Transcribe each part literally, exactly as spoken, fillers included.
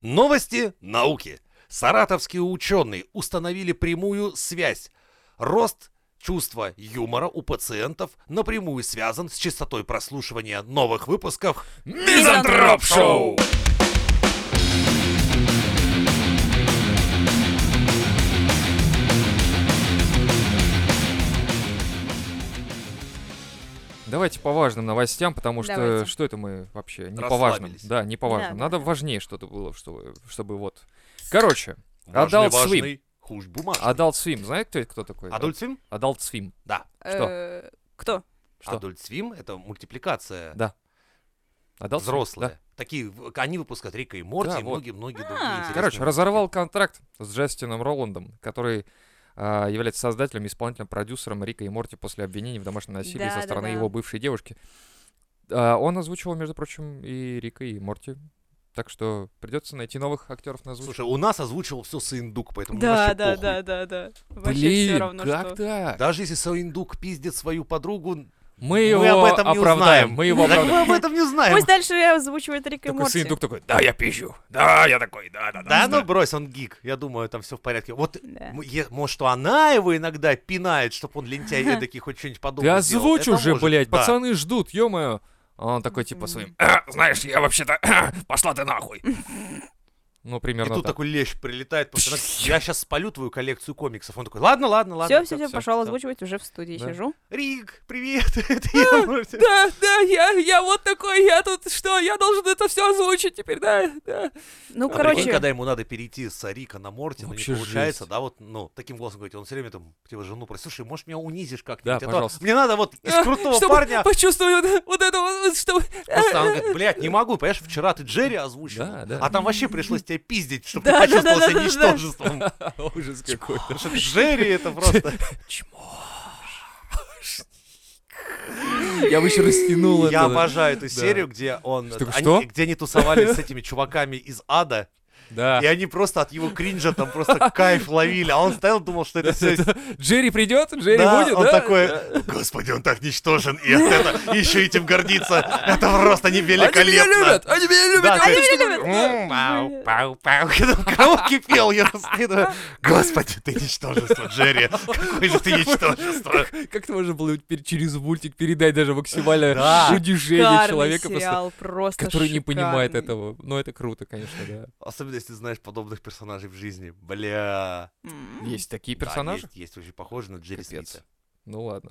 Новости науки. Саратовские ученые установили прямую связь. Рост чувства юмора у пациентов напрямую связан с частотой прослушивания новых выпусков Мизантроп Шоу. Давайте по важным новостям, потому что Давайте. что это мы вообще не по важным. Расслабились. Да, не по важным. Да, да, Надо да. важнее что-то было, чтобы, чтобы вот. Короче, Важный, Adult Swim. важный, хуже бумажный. Adult Swim. Знаете, кто, кто такой? Adult Swim? Adult Swim. Да. Что? Э, Кто? Что? Adult Swim — это мультипликация Да. Adult Swim, взрослая. да. Такие, в- они выпускают Рика и Морти Да, и вот. многие-многие другие А. интересные Короче, мультики. разорвал контракт с Джастином Роландом, который а, является создателем и исполнительным продюсером Рика и Морти после обвинений в домашнем насилии Да, со да, стороны да. его бывшей девушки. А, он озвучивал, между прочим, и Рика, и Морти. Так что придется найти новых актеров на озвучку. Слушай, у нас озвучил все Саиндук, поэтому Да, вообще да, похуй. да, да, да. Вообще Блин, все равно, как что. так? Даже если Саиндук пиздит свою подругу, Мы его мы об этом не оправдаем. узнаем. Мы его Так оправдаем. мы об этом не знаем. Пусть дальше озвучивает Рик и Такой Морти. Саиндук такой, да, я пизжу. Да, я такой, да, да, да. Да, ну брось, он гик. Я думаю, там все в порядке. Вот, Да. м, е- может, что она его иногда пинает, чтобы он лентяй эдакий хоть что-нибудь Ты подобное сделал. озвучь Это уже, может, блядь, да. пацаны ждут, ё-моё. А он такой, типа, своим, «А, знаешь, я вообще-то, пошла ты нахуй. Ну, И примерно тут так. такой лещ прилетает, потому что она, я сейчас спалю твою коллекцию комиксов. Он такой, ладно, ладно, ладно. Все, все, все, всё, пошел всё. озвучивать, уже в студии Да. сижу. Рик, привет, это я. Морти. Да, да, я, я вот такой, я тут, что, я должен это все озвучить теперь, да, да. Ну, А прикинь, короче, когда ему надо перейти с Рика на Морти, но не Вообще получается, жесть. да, вот, ну, таким голосом говорит, он все время там, типа, жену просит, слушай, может, меня унизишь как-нибудь? Да, А то пожалуйста. Мне надо вот из А, крутого чтобы парня. почувствовать вот, вот это вот, чтобы... Просто он говорит, блядь, не могу, понимаешь, вчера ты Джерри озвучил, Да, да. а там вообще пришлось тебя пиздить, чтобы Да, ты да, да, почувствовал себя да, да, да. ничтожеством. Ужас какой-то. Потому что Джерри это просто... Я бы еще растянул это. Я обожаю эту Да. серию, где он... Что, они- что? Где они тусовались с этими чуваками из ада, Да. и они просто от его кринжа там просто кайф ловили, а он стоял, думал, что это все... Джерри придет, Джерри Да, будет, он да? такой, господи, он так ничтожен, и от этого еще этим гордиться, это просто не Они меня великолепно. любят, они меня любят. Да, я они хочу, меня чтобы- любят. М, Пау, пау, пау. Когда в караоке пел, я раскидываю. Господи, ты ничтожество, Джерри. Какой же ты ничтожество. Как это можно было пер- через мультик передать даже максимальное Да. удивление шикарный человека, просто, сериал, просто который не понимает шикарный. этого. Ну, это круто, конечно, да. Особенно, если знаешь подобных персонажей в жизни. Бля. М, Есть такие Да, персонажи? есть, есть очень похожи на Джерри Капец. Смита. Ну ладно.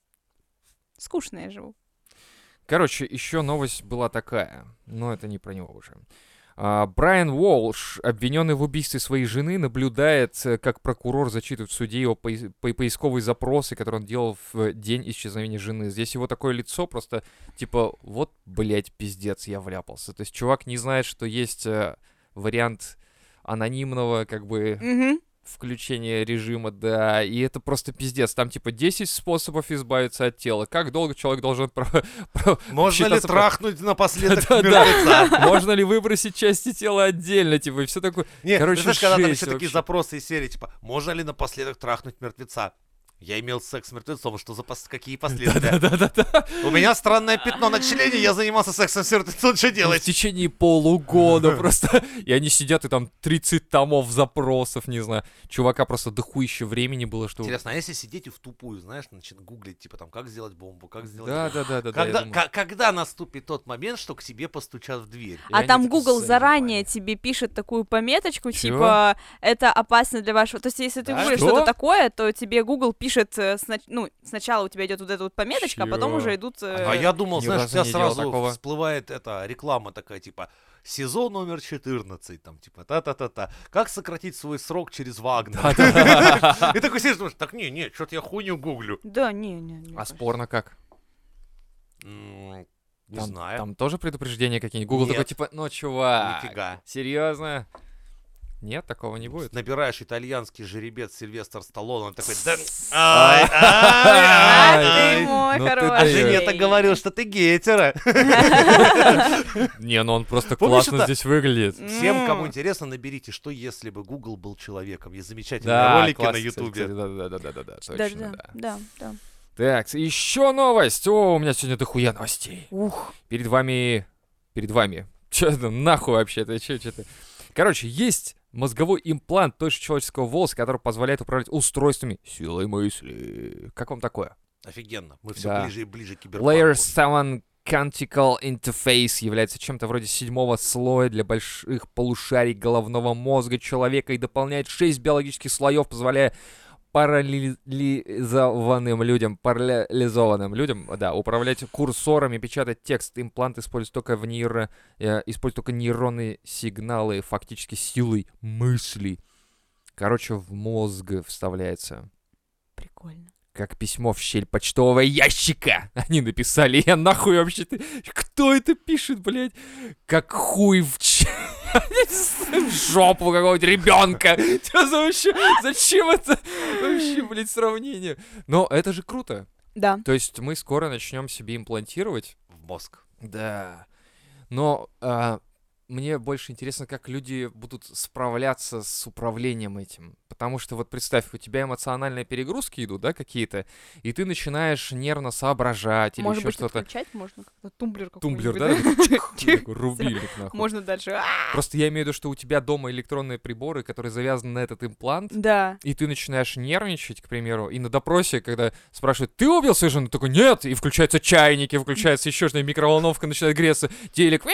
Скучно я живу. Короче, еще новость была такая, но это не про него уже. А, Брайан Уолш, обвиненный в убийстве своей жены, наблюдает, э, как прокурор зачитывает в суде его поис- по- поисковые запросы, которые он делал в день исчезновения жены. Здесь его такое лицо просто, типа, вот, блядь, пиздец, я вляпался. То есть чувак не знает, что есть э, вариант анонимного, как бы, Мгм. включение режима, да, и это просто пиздец. Там, типа, десять способов избавиться от тела. Как долго человек должен про- про- Можно ли считаться про- трахнуть напоследок Да-да. мертвеца? Можно ли выбросить части тела отдельно, типа, и все такое. Не, Короче, знаешь, когда там жесть еще такие вообще. запросы из серии, типа, можно ли напоследок трахнуть мертвеца? Я имел секс с мертвецом, что за пос- какие последствия? Да-да-да. У меня странное пятно на члене, я занимался сексом с мертвецом, что В делать? течение полугода просто. И они сидят, и там тридцать томов запросов, не знаю. Чувака просто дохуище времени было, что... Интересно, а если сидеть и в тупую, знаешь, начинать гуглить, типа там, как сделать бомбу, как сделать... Да-да-да. Когда, ка- когда наступит тот момент, что к тебе постучат в дверь? И А они там такие Google заебали. заранее тебе пишет такую пометочку, Чё? типа, это опасно для вашего... То есть, если ты Да? гуглишь Что? что-то такое, то тебе Google пишет, э, снач- ну, сначала у тебя идет вот эта вот пометочка, а потом Чё? уже идут... э, А я думал, Ни знаешь, у разу тебя не делал сразу такого. всплывает эта реклама такая, типа, сезон номер четырнадцать, там, типа, та-та-та-та. Как сократить свой срок через Вагнер? И такой сидишь, думаешь, так, не, не, что-то я хуйню гуглю. Да, не, не, не. А спорно как? М, Не Там, знаю. там тоже предупреждения какие-нибудь? Google Нет. такой, типа, ну, чувак, Нифига. серьезно? Нет, такого не будет. Набираешь итальянский жеребец Сильвестр Сталлоне, он такой, да... А Ай, ай, ай, ты мой ну ты хороший. А жене-то говорил, что ты гетера. Не, ну он просто Помнишь классно это? здесь выглядит. Всем, кому М. интересно, наберите, что если бы Google был человеком. Есть замечательные Да, ролики на классно, кстати, Ютубе. Да-да-да-да-да, Да, точно, да, да. да, да. Так, еще новость. О, у меня сегодня дохуя новостей. Ух. Перед вами... Перед вами. Че это нахуй вообще? Это че, че ты? Короче, есть мозговой имплант той же человеческого волоса, который позволяет управлять устройствами силой мысли. Как вам такое? Офигенно. Мы все Да. ближе и ближе к киберпанку. Layer семь Canticle Interface является чем-то вроде седьмого слоя для больших полушарий головного мозга человека и дополняет шесть биологических слоев, позволяя парализованным людям, парализованным людям, да, управлять курсорами, печатать текст. Имплант использует только в нейро, э, использует только нейронные сигналы, фактически силой мысли. Короче, в мозг вставляется. Прикольно. Как письмо в щель почтового ящика. Они написали, я нахуй вообще... Кто это пишет, блядь? Как хуй в ч... в жопу какого-то ребенка. Что за вообще... Зачем это вообще, блядь, сравнение? Но это же круто. Да. То есть мы скоро начнем себе имплантировать. В мозг. Да. Но а, мне больше интересно, как люди будут справляться с управлением этим. Потому что вот представь, у тебя эмоциональные перегрузки идут, да, какие-то, и ты начинаешь нервно соображать или Может еще быть, что-то. отключать можно как-то? Тумблер Тумблер, какой-нибудь, да? Такой рубильник, нахуй. Можно дальше. А! Просто я имею в виду, что у тебя дома электронные приборы, которые завязаны на этот имплант, Да. и ты начинаешь нервничать, к примеру, и на допросе, когда спрашивают, ты убил свою жену? Такой, нет, и включаются чайники, включается еще что-то, микроволновка начинает греться, телек.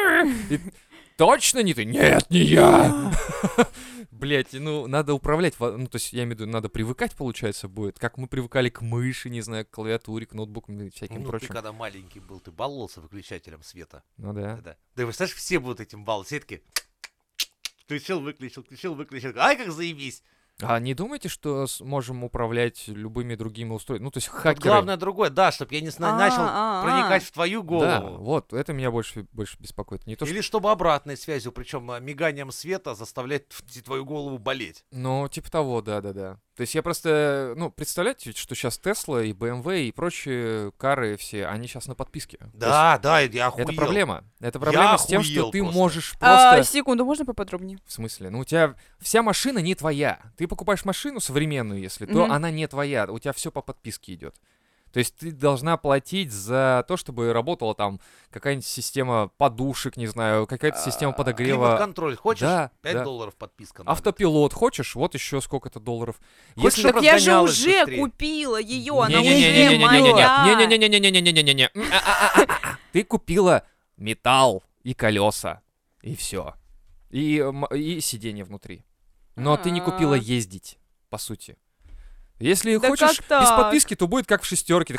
И точно не ты? Нет, не я! Блять, ну, надо управлять, ну, то есть, я имею в виду, надо привыкать, получается, будет. Как мы привыкали к мыши, не знаю, к клавиатуре, к ноутбукам и всяким Ну, прочим. ты когда маленький был, ты баловался выключателем света. Ну да. Да. Да, вы знаешь, все будут этим баловаться. Все такие, включил, выключил, включил, выключил. Ай, как заебись. А не думаете, что можем управлять любыми другими устройствами? Ну, то есть Вот хакеры... главное другое, да, чтобы я не сна- А, начал а, а. проникать в твою Да, голову. вот, это меня больше, больше беспокоит. Не то, что... Или чтобы обратной связью, причем а, миганием света заставлять т- твою голову болеть. Ну, типа того, да-да-да. То есть я просто, ну, представляете, что сейчас Тесла и бэ эм вэ и прочие кары все, они сейчас на подписке. То Да, да, я есть охуел. это проблема. Это проблема с тем, что охуел ты просто. можешь А, просто... секунду, можно поподробнее? В смысле? Ну, у тебя вся машина не твоя. Ты покупаешь машину современную, если, то Мгм. она не твоя. У тебя все по подписке идет. То есть ты должна платить за то, чтобы работала там какая-нибудь система подушек, не знаю, какая-то система подогрева. Климат-контроль хочешь? Да, пять да. долларов подписка. надо. Автопилот хочешь? Вот еще сколько-то долларов. Хочешь, Если... чтоб Так я же разгонялась уже быстрее. купила ее, она уже Не-не-не-не-не-не-не-не-не. моя. Не-не-не-не-не-не-не-не-не-не. М-а-а-а-а. Ты купила металл и колеса, и все. И, м- и сиденье внутри. Но ты не купила А. ездить, по сути. Если Да хочешь как без так? подписки, то будет как в шестерке.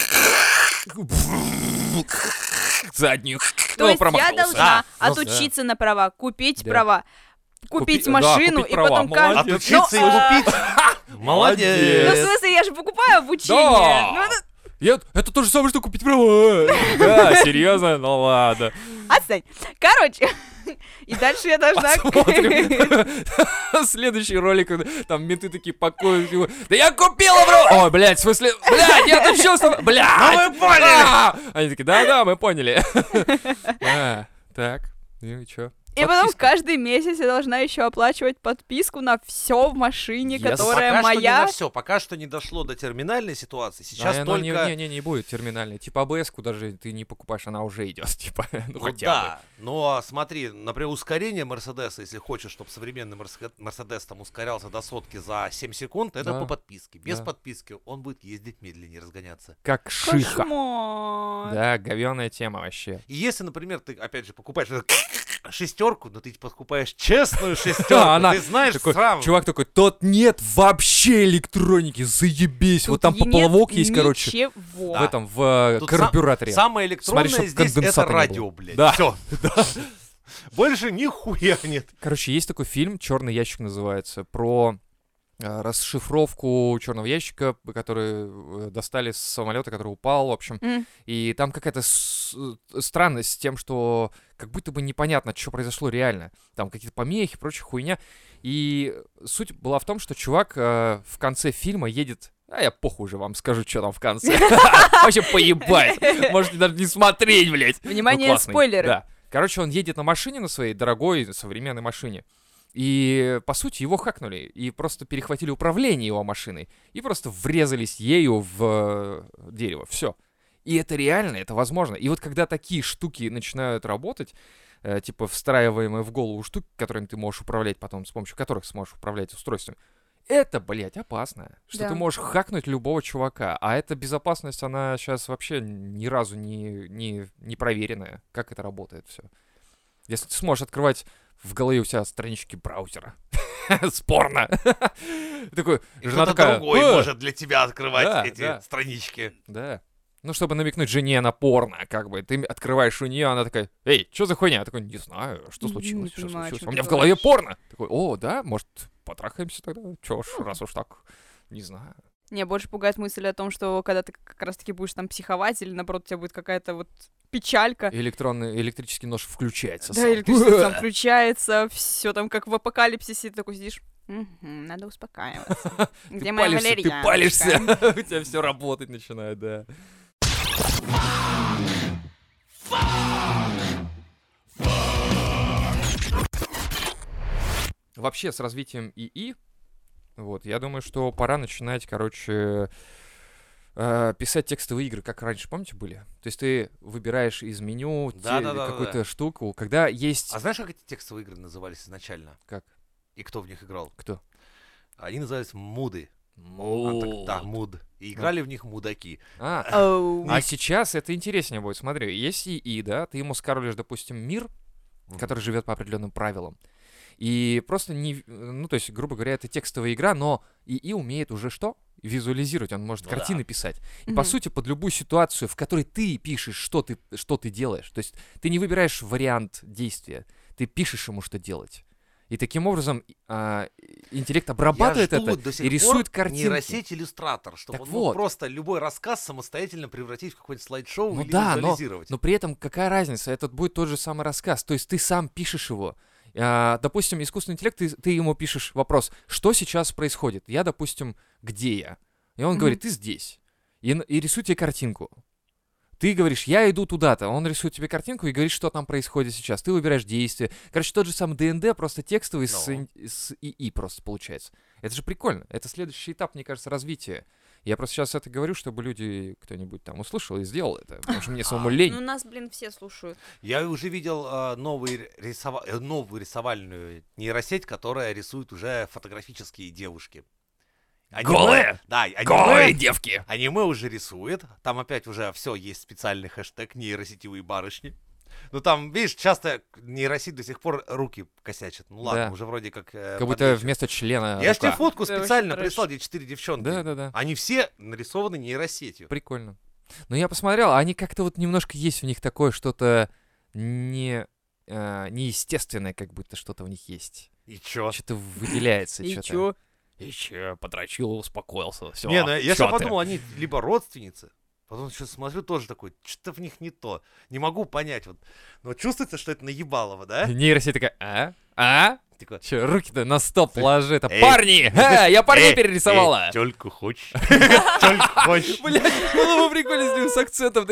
Заднюю. То Ну, есть я промахнулся. должна А, ну отучиться на права, купить Да. права, купить Купи- да, машину купить и права. потом каждый... Молодец. Отучиться Ну, и а, купить? Ну, в Молодец. смысле, я же покупаю обучение. Да. Ну, это- Я- Это то же самое, что купить права. Да, серьезно? Ну ладно. Отстань. Короче, и дальше я должна... Посмотрим. Следующий ролик, там менты такие пакуют его. Да я купила, бро! Ой, блядь, в смысле... Блядь, я отучился! Блядь! Ну вы поняли! А! Они такие, да-да, мы поняли. А, Так, ну и чё? И потом Подписка. каждый месяц я должна еще оплачивать подписку на все в машине, Yes. которая Пока что не моя. на все, пока что не дошло до терминальной ситуации. Сейчас А оно не, только... не, не, не будет терминальной. Типа АБС-ку даже ты не покупаешь, она уже идет, типа, ну, Ну хотя да, но смотри, например, ускорение Мерседеса, если хочешь, чтобы современный Мерсе- Мерседес там ускорялся до сотки за семь секунд, это Да, по подписке. Без да. подписки он будет ездить медленнее, разгоняться. бы. Как шиха. Кошмар. Да, говёная тема вообще. И если, например, ты, опять же, покупаешь шестерку, но ты покупаешь честную шестерку, Она ты знаешь Такой, сам. чувак такой, тут нет вообще электроники, заебись. Вот Тут там и нет поплавок есть, короче. ничего. В этом, в э, Тут карбюраторе. Самое электронное Смотри, чтоб здесь это конденсата не было. радио, блядь. Да. Все. Больше нихуя нет. Короче, есть такой фильм, «Черный ящик» называется, про э, расшифровку черного ящика, который э, достали с самолета, который упал, в общем. М. И там какая-то с- э, странность с тем, что как будто бы непонятно, что произошло реально. Там какие-то помехи, прочая хуйня. И суть была в том, что чувак э, в конце фильма едет... А я похуй уже вам скажу, что там в конце. Вообще поебать. Можете даже не смотреть, блядь. Внимание, Ну, классный. спойлеры. Да. Короче, он едет на машине, на своей дорогой современной машине. И, по сути, его хакнули. И просто перехватили управление его машиной. И просто врезались ею в э, дерево. Все. И это реально, это возможно. И вот когда такие штуки начинают работать, э, типа встраиваемые в голову штуки, которыми ты можешь управлять потом, с помощью которых сможешь управлять устройствами. Это, блядь, опасно. Что Да. ты можешь хакнуть любого чувака. А эта безопасность, она сейчас вообще ни разу не, не, не проверенная. Как это работает все. Если ты сможешь открывать в голове у себя странички браузера. Спорно. Такой, И жена кто-то такая, другой «Э, может для тебя открывать да, эти да. странички. да. Ну, чтобы намекнуть жене на порно, как бы. Ты открываешь у нее, она такая, эй, что за хуйня? Я такой, не знаю, что Не случилось, что понимаю, о случилось. чём У ты меня в голове говоришь. порно. Такой, о, да, может, потрахаемся тогда? Чё ж, раз уж так, не знаю. Не, больше пугает мысль о том, что когда ты как раз-таки будешь там психовать, или наоборот, у тебя будет какая-то вот печалька. Электронный, электрический нож включается Да, сам. электричество там включается, все там как в апокалипсисе, ты такой сидишь. «Мгм, надо успокаиваться. Ты Где моя палишься, ты валерьяночка?» палишься, у тебя все работать начинает, да. Вообще, с развитием ИИ, вот, я думаю, что пора начинать, короче, э, писать текстовые игры, как раньше, помните, были? То есть ты выбираешь из меню те- Да-да-да-да-да. какую-то штуку, когда есть... А знаешь, как эти текстовые игры назывались изначально? Как? И кто в них играл? Кто? Они назывались муды. А, Му. так- Да, муд. И играли в них мудаки. А, Оу. а сейчас это интереснее будет. Смотри, есть ИИ, да, ты ему скармливаешь, допустим, мир, Мгм. который живет по определенным правилам. И просто не... Ну, то есть, грубо говоря, это текстовая игра, но ИИ умеет уже что? Визуализировать, он может Ну да. картины писать. И, Мгм. по сути, под любую ситуацию, в которой ты пишешь, что ты, что ты делаешь. То есть ты не выбираешь вариант действия, ты пишешь ему, что делать. И таким образом а, интеллект обрабатывает Я жду это до сих и рисует пор картинки. нейросеть иллюстратор, чтобы Так он мог вот. просто любой рассказ самостоятельно превратить в какое-нибудь слайд-шоу Ну или да, но- визуализировать. Но при этом какая разница? Это будет тот же самый рассказ. То есть ты сам пишешь его. А, допустим, искусственный интеллект, ты, ты ему пишешь вопрос, что сейчас происходит? Я, допустим, где я? И он Мгм. говорит, ты здесь. И, н- и рисует тебе картинку. Ты говоришь, я иду туда-то. Он рисует тебе картинку и говорит, что там происходит сейчас. Ты выбираешь действие. Короче, тот же самый ДНД, просто текстовый с, Ну. ин- с ИИ просто получается. Это же прикольно. Это следующий этап, мне кажется, развития. Я просто сейчас это говорю, чтобы люди, кто-нибудь там услышал и сделал это. Потому что мне самому лень. Ну, нас, блин, все слушают. Я уже видел а, новый рисова- э, новую рисовальную нейросеть, которая рисует уже фотографические девушки. Аниме- Голые? Да, аниме, Голые девки! аниме уже рисует. Там опять уже все, есть специальный хэштег нейросетевые барышни. Ну там, видишь, часто нейросеть до сих пор руки косячат. Ну ладно, Да. уже вроде как... э, Как будто подлечат. вместо члена Я ж тебе рука. фотку Это вообще специально трэш. прислал, где четыре девчонки. Да-да-да. Они все нарисованы нейросетью. Прикольно. Но я посмотрел, они как-то вот немножко есть в них такое что-то не а, неестественное, как будто что-то в них есть. И чё? Что-то выделяется. И что-то. чё? И чё, подрочил, успокоился. Все. Не, ну я сейчас подумал, они либо родственницы, потом сейчас смотрю, тоже такой, что-то в них не то. Не могу понять, вот. Но чувствуется, что это наебалово, да? Нейросеть такая, а? А? Такой, Че, руки-то на стоп ложи. Это Эй, парни! ну ты А, ж- я парней эй, перерисовала! эй, тёльку хочешь? Тёльку хочешь? Блять, было бы прикольно с ним с акцентом.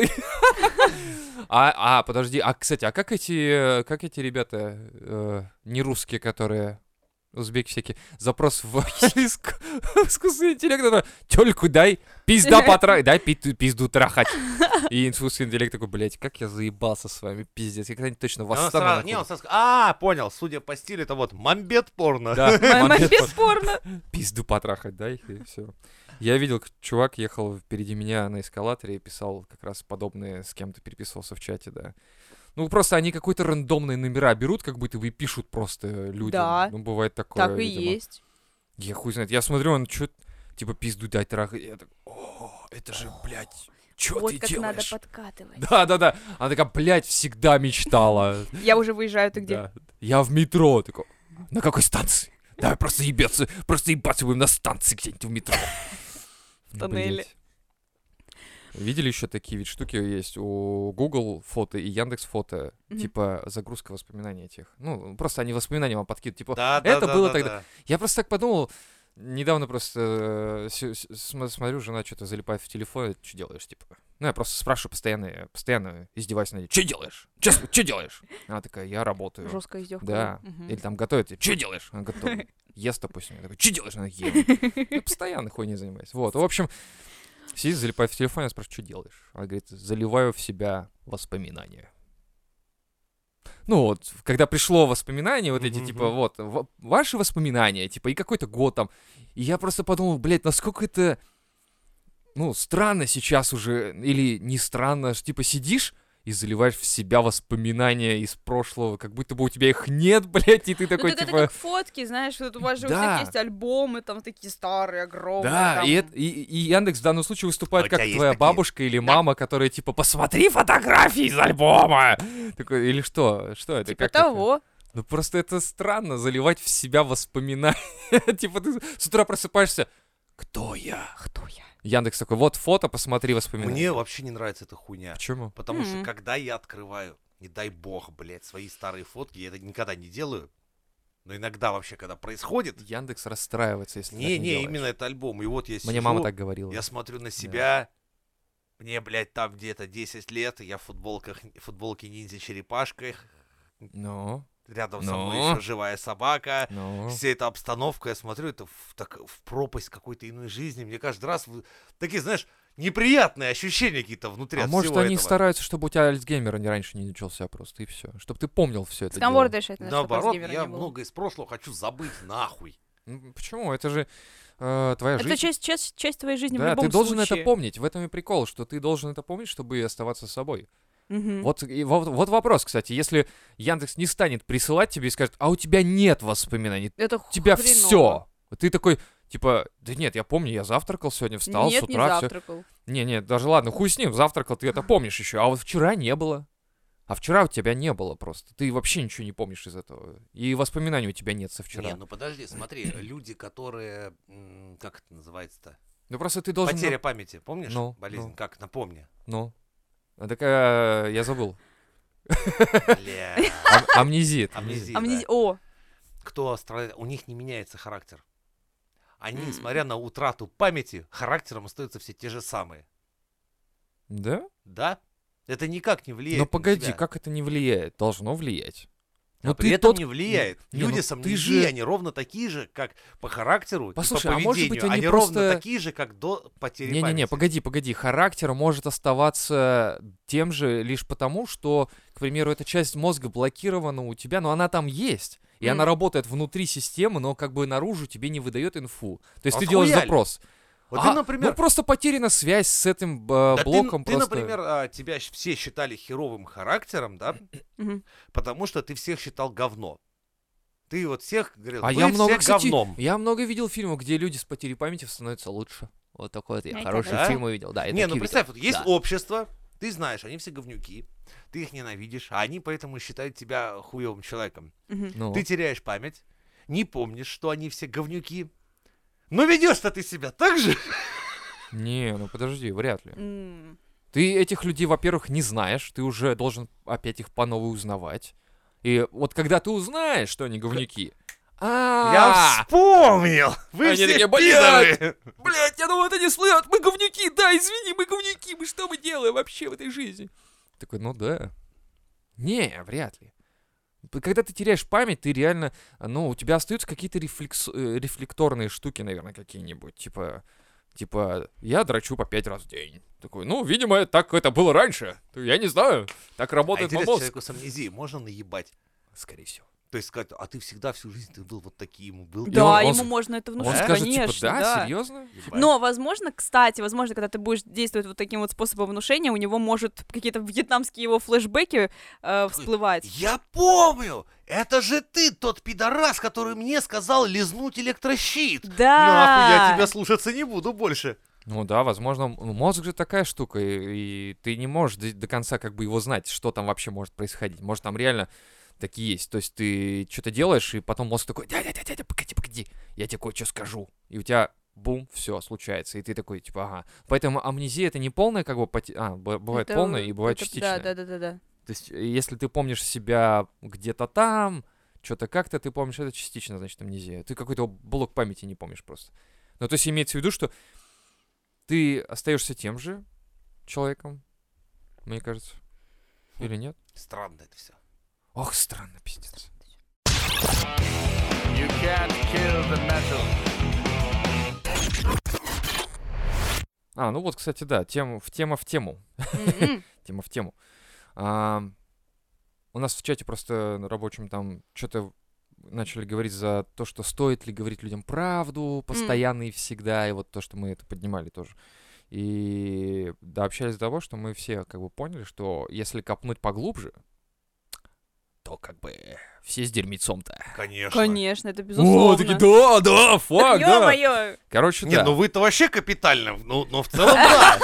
А, а, подожди, а, кстати, а как эти, э, как эти ребята, э, не русские, которые, узбеки всякие, запрос в иск- в искусственный интеллект, это, тёльку дай, пизда потрахать, дай пи- пизду трахать. И искусственный интеллект такой, блять, как я заебался с вами, пиздец, я когда-нибудь точно Он восстану. сразу- нахуй. не, он сразу сказал, а, понял, судя по стилю, это вот мамбет порно. Да, Мама, момент, бесспорно. пизду потрахать, да, и все. Я видел, как чувак ехал впереди меня на эскалаторе и писал как раз подобные, с кем-то переписывался в чате, да. Ну, просто они какой-то рандомные номера берут, как будто вы пишут просто людям. Да. Ну, бывает такое, Так и видимо. есть. Я хуй знает. Я смотрю, он что типа пизду дай трахать. Я так, о, это же, блядь, что Вот ты как надо делаешь? подкатывать. Да-да-да. Она такая, блядь, всегда мечтала. Я уже выезжаю, ты где? Да. Я в метро. Такой, на какой станции? Давай просто ебаться, просто ебаться будем на станции где-нибудь в метро. В тоннеле. Блядь. Видели еще такие ведь штуки есть у Google фото и Яндекс фото, Мгм. типа загрузка воспоминаний этих. Ну, просто они воспоминания вам подкидывают. Типа, Да, да, это да, было да, тогда. да. Я просто так подумал, недавно просто э, с- с- см- смотрю, жена что-то залипает в телефон, что делаешь, типа. Ну, я просто спрашиваю постоянно, я постоянно издеваюсь над ней. Что делаешь? Что делаешь? Она такая, я работаю. Жесткая издевка. Да. Мгм. Или там готовит. Что делаешь? Она готовит. Ест, допустим. Я такой, что делаешь? Она ем. Я постоянно хуйней занимаюсь. Вот. В общем, сидит, залипает в телефон, я спрашиваю, что делаешь? Она говорит, заливаю в себя воспоминания. ну вот, когда пришло воспоминание, вот эти, Мгм, типа, мгм. вот, в- ваши воспоминания, типа, и какой-то год там. И я просто подумал, блядь, насколько это, ну, странно сейчас уже, или не странно, что, типа, сидишь и заливаешь в себя воспоминания из прошлого, как будто бы у тебя их нет, блядь, и ты Ну такой, так это типа... как фотки, знаешь, вот у вас же у всех Да. есть альбомы, там такие старые, огромные. Да, там. и, это- и, и Яндекс в данном случае выступает А у тебя как есть твоя такие? бабушка или мама, которая типа посмотри фотографии из альбома. Такой, или что? Что это? Типа Как это? того. Ну просто это странно, заливать в себя воспоминания. Типа ты с утра просыпаешься, кто я? Кто я? Яндекс такой, вот фото, посмотри воспоминания. Мне вообще не нравится эта хуйня. Почему? Потому что Мгм. когда я открываю, не дай бог, блядь, свои старые фотки, я это никогда не делаю. Но иногда вообще, когда происходит, Яндекс расстраивается, если ты так не, не не, делаешь. именно это альбом. И вот я сижу, Мне мама так говорила. я смотрю на себя, мне, блядь, там где-то десять лет, я в футболках, футболке ниндзя-черепашкой, Ну, рядом со Ну? мной еще живая собака. ну. Вся эта обстановка, я смотрю, это в, так, в пропасть какой-то иной жизни. Мне каждый раз в- такие, знаешь, неприятные ощущения какие-то внутри А от может, всего они этого. стараются, чтобы у тебя Альцгеймер не раньше не начался просто, и все. Чтобы ты помнил все это дело. Сканворд решает, чтобы Наоборот, Альцгеймера я не было. много из прошлого хочу забыть нахуй. Ну, почему? Это же э, твоя Это жизнь. часть, часть, часть твоей жизни в Да, любом ты должен случае. это помнить. В этом и прикол, что ты должен это помнить, чтобы оставаться собой. Мгм. Вот, и во- вот вопрос, кстати. Если Яндекс не станет присылать тебе и скажет, а у тебя нет воспоминаний, Это у тебя хреново. все. Ты такой, типа, да нет, я помню, я завтракал сегодня, встал Нет, с утра, не все. завтракал. Не, не, даже ладно, хуй с ним, завтракал, ты это помнишь еще, а вот вчера не было. А вчера у тебя не было просто. Ты вообще ничего не помнишь из этого. И воспоминаний у тебя нет со вчера. Не, ну подожди, смотри, люди, которые, м, как это называется-то? Ну просто ты должен... Потеря памяти, помнишь? Ну, Болезнь, ну. как, напомни. Ну. А так э, я забыл. Бля. Ам- Амнезия. это Амнезия. Амнези- да. О, Кто страдает, у них не меняется характер. Они, М. несмотря на утрату памяти, характером остаются все те же самые. Да? Да? Это никак не влияет Но на погоди, тебя. как это не влияет? Должно влиять. А Ну при ты этом тот- не влияет. Не, Люди ну с ты амнезией, же- они ровно такие же, как по характеру Послушай, и а по может поведению. быть, они ровно просто- такие же, как до потери Не-не-не, памяти. погоди, погоди. Характер может оставаться тем же лишь потому, что, к примеру, эта часть мозга блокирована у тебя, но она там есть. И М. она работает внутри системы, но как бы наружу тебе не выдает инфу. То есть А ты делаешь схуяли? запрос. Вот А, ты, например, Ну просто потеряна связь с этим э, да ты- блоком ты, просто. например, а, тебя щ- все считали херовым характером, да, мгм. потому что ты всех считал говно. Ты вот всех говорил, А вы я много, все кстати, говном. я много видел фильмов, где люди с потерей памяти становятся лучше. Вот такой вот я Это хороший да? фильм увидел. Да, я Не, ну такие представь, видел. вот есть Да. общество, ты знаешь, они все говнюки, ты их ненавидишь, а они поэтому считают тебя хуевым человеком. Мгм. Ну. Ты теряешь память, не помнишь, что они все говнюки, но ведешь-то ты себя так же. Не, ну подожди, вряд ли. М. Ты этих людей, во-первых, не знаешь, ты уже должен опять их по новой узнавать. И вот когда ты узнаешь, что они говнюки, Я а вспомнил! Вы Они все такие, «Блядь!» пидоры! блядь, я думал, это не слышат, мы говнюки, да, извини, мы говнюки, мы что мы делаем вообще в этой жизни? Такой, ну да. Не, вряд ли. П- Когда ты теряешь память, ты реально, ну, у тебя остаются какие-то рефлекс- э, рефлекторные штуки, наверное, какие-нибудь, типа, типа, я дрочу по пять раз в день. Такой, ну, видимо, так это было раньше. Я не знаю, так А работает мой интересно, мозг. человеку с амнезией можно наебать? Скорее всего. То есть сказать, а ты всегда всю жизнь ты был вот таким, был... И Да, он- он ему с- можно это Он внушить, скажет, конечно, типа, да, серьезно? Ебать. Но, возможно, кстати, возможно, когда ты будешь действовать вот таким вот способом внушения, у него может какие-то вьетнамские его флешбеки э, всплывать. Я помню! Это же ты, тот пидорас, который мне сказал лизнуть электрощит! Да. Нахуй, я тебя слушаться не буду больше. Ну да, возможно, м- мозг же такая штука, и, и ты не можешь до, до конца как бы его знать, что там вообще может происходить. Может, там реально такие есть. То есть ты что-то делаешь, и потом мозг такой, дядя-дядя, погоди, погоди, я тебе кое-что скажу. И у тебя, бум, все случается. И ты такой, типа, ага. Поэтому амнезия — это не полная, как бы, поте- а, б- бывает Это- полная и бывает это- частичная. Да, да, да, да, да. То есть э, если ты помнишь себя где-то там, что-то как-то ты помнишь, это частично, значит, амнезия. Ты какой-то блок памяти не помнишь просто. Ну, то есть имеется в виду, что ты остаешься тем же человеком, мне кажется. Или нет? Странно это все. Ох, странно, пиздец. You can't kill the metal. А, ну вот, кстати, да, тем, в тема в тему. М-м. Тема в тему. А, у нас в чате просто на рабочем там что-то начали говорить за то, что стоит ли говорить людям правду постоянно и всегда, и вот то, что мы это поднимали тоже. И дообщались до того, что мы все как бы поняли, что если копнуть поглубже, то как бы все с дерьмецом-то. Конечно. Конечно, это безусловно. О, такие, да, да, факт, да. Ё-моё! Короче, Не, да. ну вы-то вообще капитально, ну, но в целом да.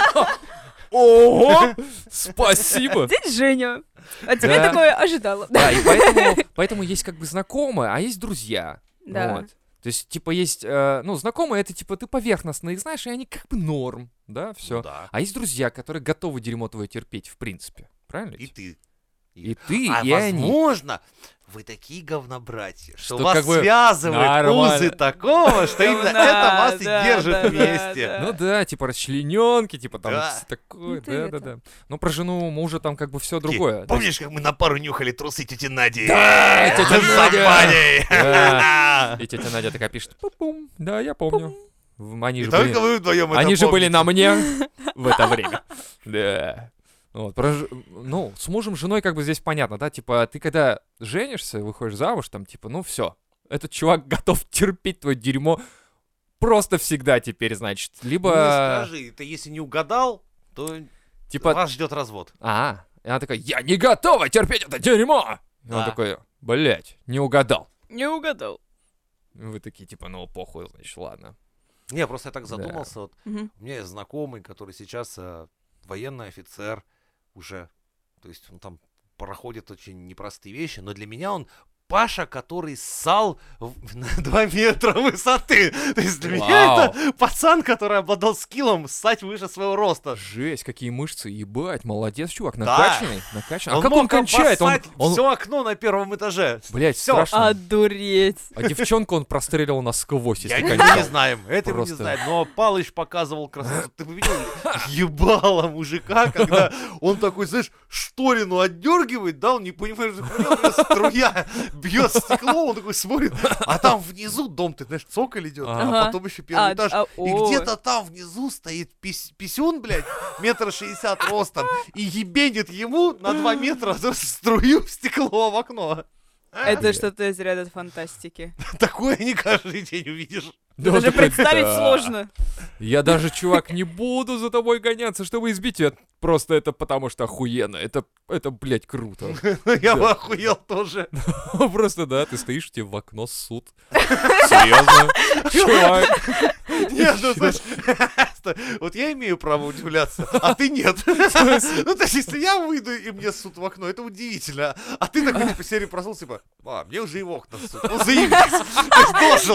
Ого! Спасибо! Дядя Женя, от тебя Да. такое ожидала. Да, и поэтому, поэтому есть как бы знакомые, а есть друзья. Да. Вот. То есть, типа, есть, э, ну, знакомые, это, типа, ты поверхностно их знаешь, и они как бы норм, да, все. Ну да. А есть друзья, которые готовы дерьмо твое терпеть, в принципе. Правильно? И ведь? ты. И ты, А и они. возможно, вы такие говнобратья, что, Что вас как бы связывают нормально. узы такого, что именно это Да, вас и да, держит да, вместе. да, Ну да, типа расчлененки, типа там Да. всё такое, Ну ты да, да, это. да. Но про жену мужа там как бы все Такие, другое. То есть- Помнишь, как мы на пару нюхали трусы тети Нади? Да, тетя С Надя! шампаней. Да. И тетя Надя такая пишет, пум да, я помню. В- Они И же только были, вы вдвоем они это же были помните. на мне в это время. Да. Вот, про ж- ну, с мужем, женой как бы здесь понятно, да, типа, ты когда женишься, выходишь замуж, там, типа, ну все, этот чувак готов терпеть твое дерьмо просто всегда теперь, значит, Ну, либо, не скажи, ты если не угадал, то типа, вас ждет развод. а, и она такая, я не готова терпеть это дерьмо! И он Да. такой, блять, не угадал. Не угадал. И вы такие, типа, ну, похуй, значит, ладно. Не, просто я так Да. задумался. Вот Мгм. у меня есть знакомый, который сейчас э, военный офицер уже. То есть он там проходит очень непростые вещи, но для меня он Паша, который ссал в- на два метра высоты. То есть для меня Вау. это пацан, который обладал скиллом ссать выше своего роста. Жесть, какие мышцы, ебать, молодец, чувак, Да. накачанный, накачанный. А Он как он мог кончает? Он, обоссать он, все окно на первом этаже. блядь, всё. страшно. Одуреть. А девчонку он простреливал насквозь, Я если не, кончал. не знаем, это мы не Просто. знаем. Но Палыч показывал красоту. Ты бы видел ебало мужика, когда он такой, знаешь, шторину отдергивает, да, он не понимает, что у него струя бьет в стекло, он такой смотрит, а там внизу дом, ты знаешь, цоколь идет, Ага. а потом еще первый А, этаж. а, И о. где-то там внизу стоит пис- писюн, блядь, метр шестьдесят ростом, и ебенит ему на два метра струю в стекло в окно. Это что-то из ряда фантастики. Такое не каждый день увидишь. Да, он Даже такой, представить «Да, сложно. Я даже, чувак, не буду за тобой гоняться, чтобы избить тебя. Просто это потому что охуенно. Это, это, блядь, круто. Я Да. бы охуел тоже. Просто, да, ты стоишь, тебе в окно суд. Серьезно? Чувак. Нет, ну знаешь, вот я имею право удивляться, а ты нет. Ну, то есть, если я выйду и мне суд в окно, это удивительно. А ты такой типа серии проснулся, типа, а, мне уже и в окна суд. Ну, заебись. То есть, дожил.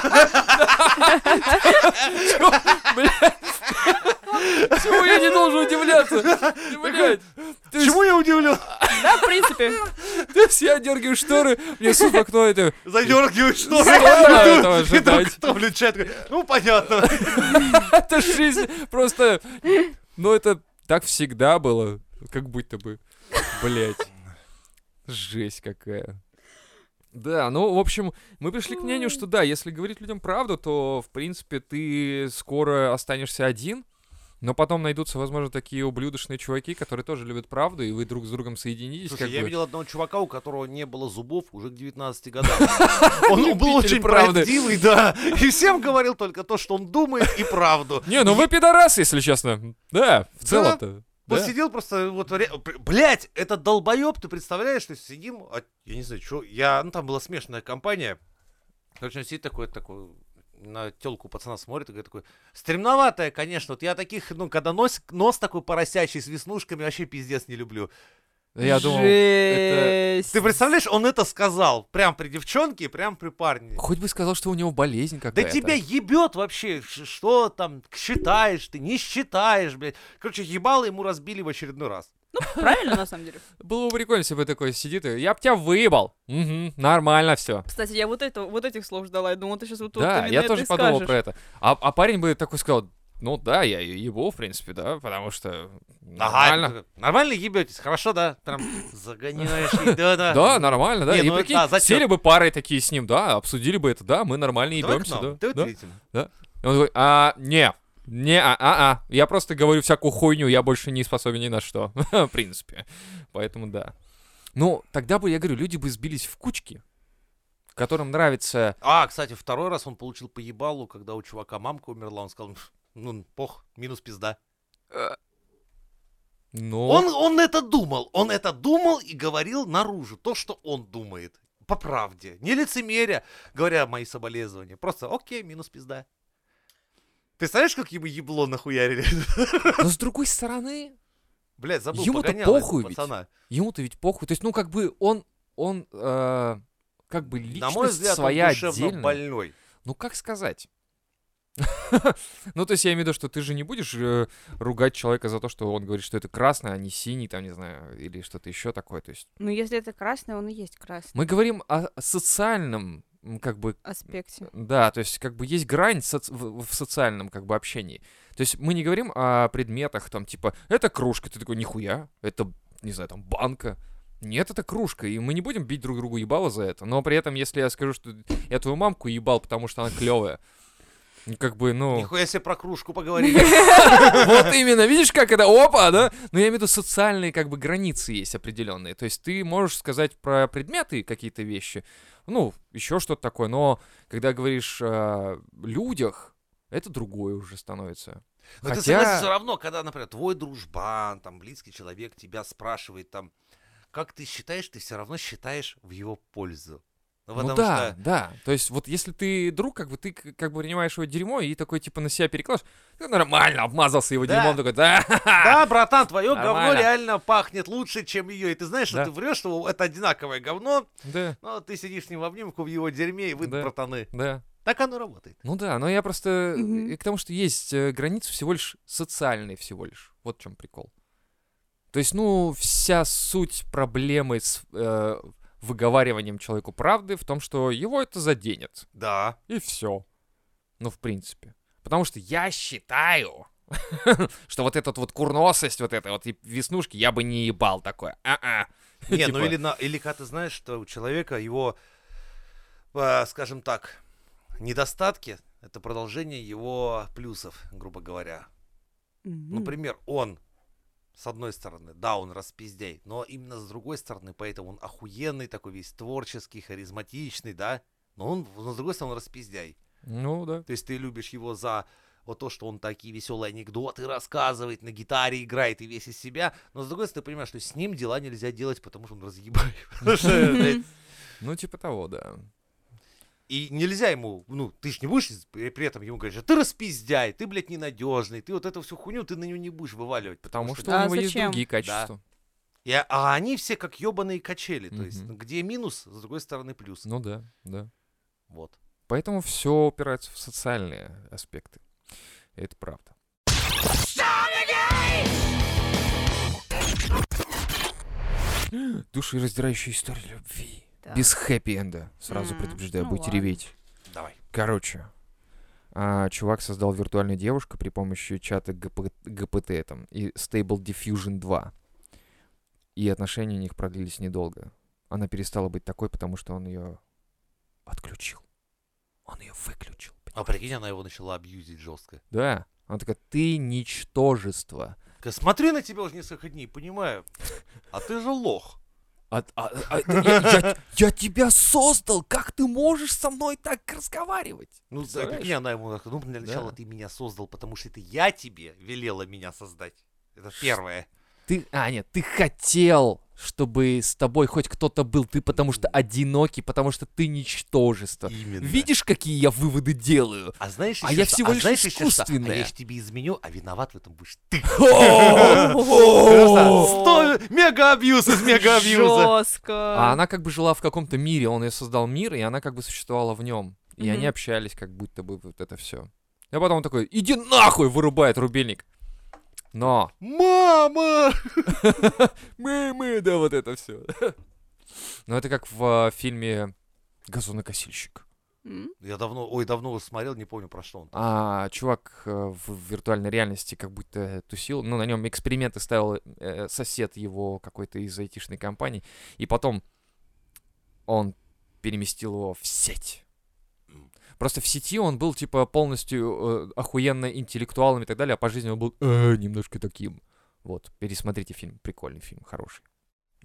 Чего я не должен удивляться? Ты, блядь. То есть, Чему я удивлен? Да, в принципе. то есть я дергаю шторы, мне суд в окно, это... Задергиваю что Стоило этого ожидать. готовлю чай. такой, Ну, понятно. Это жизнь просто... Ну, это так всегда было, как будто бы. Блять. Жесть какая. Да, ну, в общем, мы пришли к мнению, что да, если говорить людям правду, то, в принципе, ты скоро останешься один, но потом найдутся, возможно, такие ублюдочные чуваки, которые тоже любят правду, и вы друг с другом соединитесь. Слушай, как я бы. видел одного чувака, у которого не было зубов уже к девятнадцати годам. Он был Любитель очень правды. правдивый, да. И всем говорил только то, что он думает, и правду. Не, ну вы пидорасы, если честно. Да, в целом-то. Вот Да. сидел просто, вот, блять, это долбоеб, ты представляешь, что сидим, а, я не знаю, что, я, ну там была смешанная компания, короче, он сидит такой, такой, на телку пацана смотрит и говорит такой, стремноватая, конечно, вот я таких, ну, когда нос, нос такой поросячий с веснушками, вообще пиздец не люблю. Я думал, это... Жесть. Ты представляешь, он это сказал, прям при девчонке, прям при парне. Хоть бы сказал, что у него болезнь Да какая-то. тебя ебет вообще, ш- что там, считаешь ты, не считаешь, блядь. Короче, ебало ему разбили в очередной раз. Правильно, на самом деле. Было бы прикольно, если бы такой сидит и я б тебя выебал. Угу, нормально все. Кстати, я вот, это, вот этих слов ждала. Я думала, ты сейчас вот тут Да, именно я это тоже и подумал скажешь. про это. А, а парень бы такой сказал, ну да, я е- ебу, в принципе, да, потому что нормально. Ага, нормально ебетесь, хорошо, да? Прям загоняешь, и да-да. Да, нормально, да. Не, И ну прикинь, да, зачет. сели бы парой такие с ним, да, обсудили бы это, да, мы нормально Давай к ебемся, нам, да. давай да. третьим. И он такой, а, не, не, а, а, а, я просто говорю всякую хуйню, я больше не способен ни на что, в принципе. Поэтому да. Ну, тогда бы, я говорю, люди бы сбились в кучки, которым нравится... А, кстати, второй раз он получил по ебалу, когда у чувака мамка умерла, он сказал, ну, пох, минус пизда. Но... Он, он это думал, он это думал и говорил наружу, то, что он думает. По правде, не лицемеря, говоря мои соболезнования. Просто, окей, минус пизда. Ты знаешь, как ему ебло нахуярили? Но с другой стороны, Блядь, забыл, ему-то погонял этого похуй ведь. пацана. Ему-то ведь похуй. То есть, ну, как бы он, он, э, как бы личность На мой взгляд, своя он душевно отдельная. больной. Ну, как сказать? Ну, то есть я имею в виду, что ты же не будешь э, ругать человека за то, что он говорит, что это красный, а не синий, там, не знаю, или что-то еще такое. То есть Ну, если это красный, он и есть красный мы говорим о социальном, м, как бы, аспекте. да, то есть как бы есть грань соци- в, в социальном как бы общении. То есть мы не говорим о предметах, там, типа, это кружка, ты такой, нихуя, это, не знаю, там, банка. Нет, это кружка, и мы не будем бить друг другу ебало за это. Но при этом, если я скажу, что я твою мамку ебал, потому что она клевая, как бы, ну... Нихуя себе про кружку поговорили. Вот именно, видишь, как это, опа, да? Но я имею в виду, социальные, как бы, границы есть определенные. То есть ты можешь сказать про предметы какие-то вещи, ну, еще что-то такое, но когда говоришь о людях, это другое уже становится. Но ты Хотя- согласен, все равно, когда, например, твой дружбан, там, близкий человек тебя спрашивает, там, как ты считаешь, ты все равно считаешь в его пользу. Ну, Ну потому да, что... да. То есть вот если ты друг, как бы ты к- как бы принимаешь его дерьмо и такой типа на себя перекладываешь, ты нормально обмазался его Да. дерьмом, такой, да, Да, братан, твое говно Нормально. реально пахнет лучше, чем ее. И ты знаешь, что Да. ты врешь, что это одинаковое говно, да, но ты сидишь с ним в обнимку в его дерьме, и вы Да. братаны. да. Так оно работает. Ну да, но я просто Мгм. и к тому, что есть э, границы всего лишь социальные всего лишь. Вот в чем прикол. То есть, ну, вся суть проблемы с э, выговариванием человеку правды в том, что его это заденет. Да. И все. Ну, в принципе. Потому что я считаю, что вот эта вот курносость, вот эта вот и веснушки, я бы не ебал такое. А-а. Не, ну Типа, или, на, или когда ты знаешь, что у человека его, э, скажем так, недостатки — это продолжение его плюсов, грубо говоря. Мгм. Например, он, с одной стороны, да, он распиздяй, но именно с другой стороны, поэтому он охуенный, такой весь творческий, харизматичный, да, но он, но с другой стороны, он распиздяй. Ну да. То есть ты любишь его за вот то, что он такие веселые анекдоты рассказывает, на гитаре играет и весь из себя, но с другой стороны, ты понимаешь, что с ним дела нельзя делать, потому что он разъебай. Потому что, блядь, Ну, типа того, да. И нельзя ему, ну, ты ж не будешь при при этом ему говорить, что ты распиздяй, ты, блядь, ненадежный, ты вот эту всю хуйню ты на него не будешь вываливать. Потому что А у него есть зачем? другие качества. И, а а они все как ебаные качели, то есть, Мгм. где минус, с другой стороны плюс. Ну да, да. Вот. Поэтому все упирается в социальные аспекты. Это правда. Душераздирающая история любви. Да. Без хэппи-энда. Сразу М, предупреждаю, ну будете ладно. реветь. Давай. Короче, а, чувак создал виртуальную девушку при помощи чата ГП джи пи ти там, и Stable Diffusion два. И отношения у них продлились недолго. Она перестала быть такой, потому что он ее отключил. Он ее выключил. А прикинь, она его начала абьюзить жестко. Да. Она такая, ты ничтожество. Такая, смотри на тебя уже несколько дней, понимаю. А ты же лох. А- а- а- я, я- я тебя создал, как ты можешь со мной так разговаривать? Ну, да, Представляешь? прикинь, она ему сказала, ну, для начала Да. ты меня создал, потому что это я тебе велела меня создать. Это первое. Ты, а, нет, ты хотел, чтобы с тобой хоть кто-то был, ты потому что одинокий, потому что ты ничтожество. Именно. Видишь, какие я выводы делаю? А знаешь А ещё я что? всего А лишь знаешь ещё что? А искусственная. я ж тебе изменю, а виноват в этом будешь ты. О! Сто мега-абьюз из мега-абьюза. Жестко. А она как бы жила в каком-то мире, он ее создал мир, и она как бы существовала в нем. И Мгм. они общались, как будто бы вот это все. А потом он такой, иди нахуй, вырубает рубильник. Но... Мама! Мы-мы, да, вот это все. Но это как в а, фильме «Газонокосильщик». М? Я давно, ой, давно уже смотрел, не помню про что он. А чувак э, в виртуальной реальности как будто тусил, ну, на нем эксперименты ставил э, сосед его какой-то из айтишной компании, и потом он переместил его в сеть. Просто в сети он был, типа, полностью э, охуенно интеллектуалом и так далее, а по жизни он был э, немножко таким. Вот, пересмотрите фильм, прикольный фильм, хороший.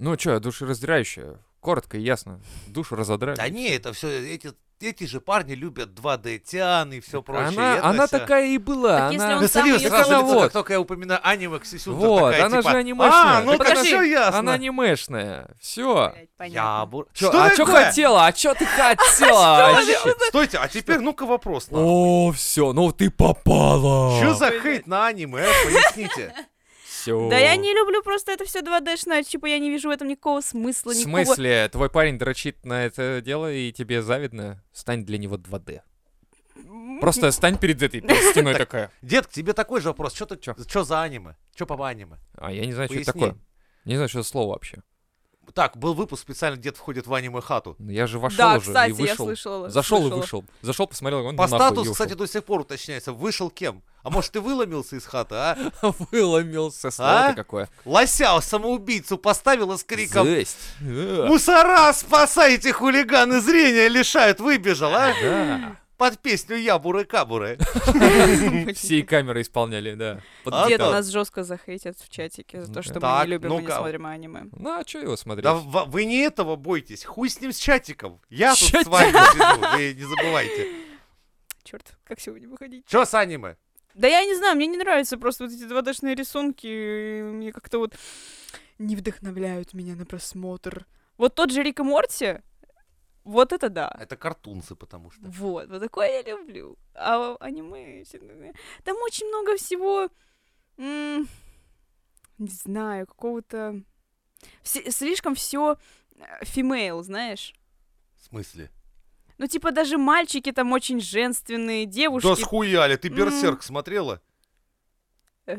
Ну что, душераздирающее. Коротко и ясно. Душу разодрали. Да не, это все, эти, эти же парни любят два дэ тян и все прочее. Она, это она всё. такая и была. Так если она... он Да сам серьезно, её сразу сам- лицо, вот. как только я упоминаю аниме, Ксюсюнта Вот, такая, она типа, же анимешная. а, ну Так тогда подожди, все ясно. Она анимешная. Все. Блядь, понятно. Ябур... Чё, Что а что такое? хотела? А что ты хотела? Подожди, стойте, а теперь ну-ка вопрос. нахуй. О, все, ну ты попала. Что за хейт на аниме, а? Поясните. Все. Да я не люблю просто это все два дэ-шное, типа я не вижу в этом никакого смысла, В никакого... смысле? Твой парень дрочит на это дело, и тебе завидно? Стань для него два дэ. Просто стань перед этой перед стеной такая. Дед, к тебе такой же вопрос. Что ты, Чё? что за аниме? Что по аниме? А я не знаю, что это Поясни. такое. Не знаю, что за слово вообще. Так, был выпуск специально, дед входит в аниме-хату. Ну, я же вошел Да, уже кстати, и вышел. я слышала. Зашел и слышала. вышел. Зашел, посмотрел, он По нахуй, статусу, и ушел. кстати, до сих пор уточняется, вышел кем? А может, ты выломился из хаты, а? Выломился, слово-то А? какое. Лося, самоубийцу поставила с криком Жесть. Да. «Мусора, спасайте, хулиганы зрения лишают!» Выбежал, а? Да. Под песню «Ябуры-кабуры». Всей камеры исполняли, да. Под А Дед так. нас жестко захейтят в чатике за то, что мы Так, не любим и не ну-ка. смотрим аниме. Ну, а что его смотреть? Да в- вы не этого бойтесь, хуй с ним с чатиком. Я тут Чатик. с вами сижу, вы не забывайте. Черт, как сегодня выходить? Чё с аниме? Да я не знаю, мне не нравятся просто вот эти два дэ-шные рисунки, и мне как-то вот не вдохновляют меня на просмотр. Вот тот же Рик и Морти, вот это да. Это картунцы, потому что. Вот, вот такое я люблю. А аниме... всё- Там очень много всего... м, не знаю, какого-то... все- слишком все фимейл, знаешь? В смысле? Ну, типа, даже мальчики там очень женственные, девушки... Да схуяли, ты М. Берсерк смотрела? э,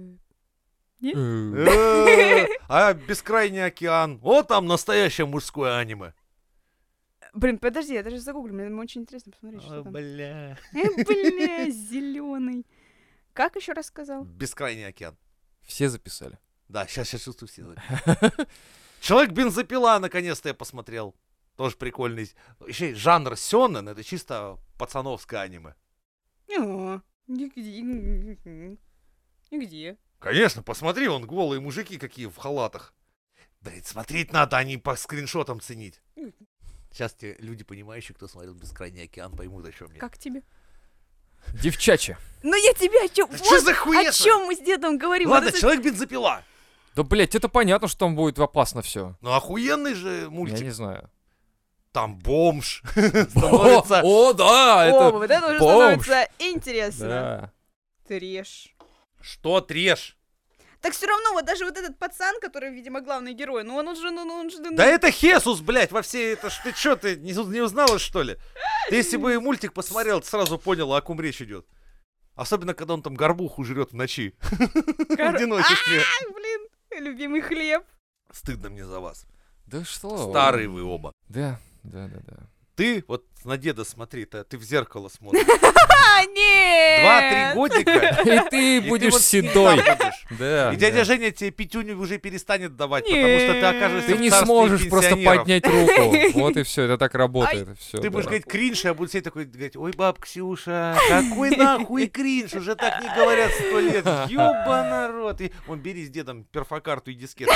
Э, Э, А «Бескрайний океан», вот там настоящее мужское аниме. Блин, подожди, я даже загуглю, мне очень интересно посмотреть, что А, там. бля. Э, бля, зеленый. Как еще раз сказал? «Бескрайний океан». Все записали. Да, сейчас, сейчас чувствую все. записали. «Человек-бензопила» наконец-то я посмотрел. Тоже прикольный. Еще и жанр сёнэн, это чисто пацановское аниме. О, нигде. Нигде. Конечно, посмотри, вон голые мужики какие в халатах. Блин, смотреть надо, а не по скриншотам ценить. Сейчас те люди, понимающие, кто смотрел «Бескрайний океан», поймут, о чем я. Как тебе? Девчачья. Ну я тебе о чем? Да что за О хуйня? чем мы с дедом говорим? Ладно, Вот это- «Человек-бензопила». Да, блядь, это понятно, что там будет опасно все. Ну, охуенный же Я мультик. не знаю. Там бомж О, становится... о, да, О, это... вот это уже бомж. становится интересно. Да. Треш. Что трешь? Так все равно, вот даже вот этот пацан, который, видимо, главный герой, ну он уже, ну ну, он же... ну, Да это Хесус, блядь, во всей это... ж Ты что, ты не, не узнала, что ли? Ты если бы и мультик посмотрел, ты сразу понял, о ком речь идет. Особенно, когда он там горбуху жрет в ночи. В Гор- одиночестве. Ай, блин, любимый хлеб. Стыдно мне за вас. Да что? Старые вы оба. Да, да, да, да. Ты вот на деда смотри, ты, ты в зеркало смотришь. А, нет! Два-три годика. И ты и ты будешь вот седой. всегда будешь. Да. И дядя да. Женя тебе пятюню уже перестанет давать, потому что ты окажешься Ты в не царстве сможешь просто пенсионеров. поднять руку. Вот и все, это так работает. Все, Ты будешь говорить кринж, а я буду сидеть такой говорить: ой, баб Ксюша, какой нахуй кринж, уже так не говорят сто лет, ёба народ. И он бери с дедом перфокарту и дискету.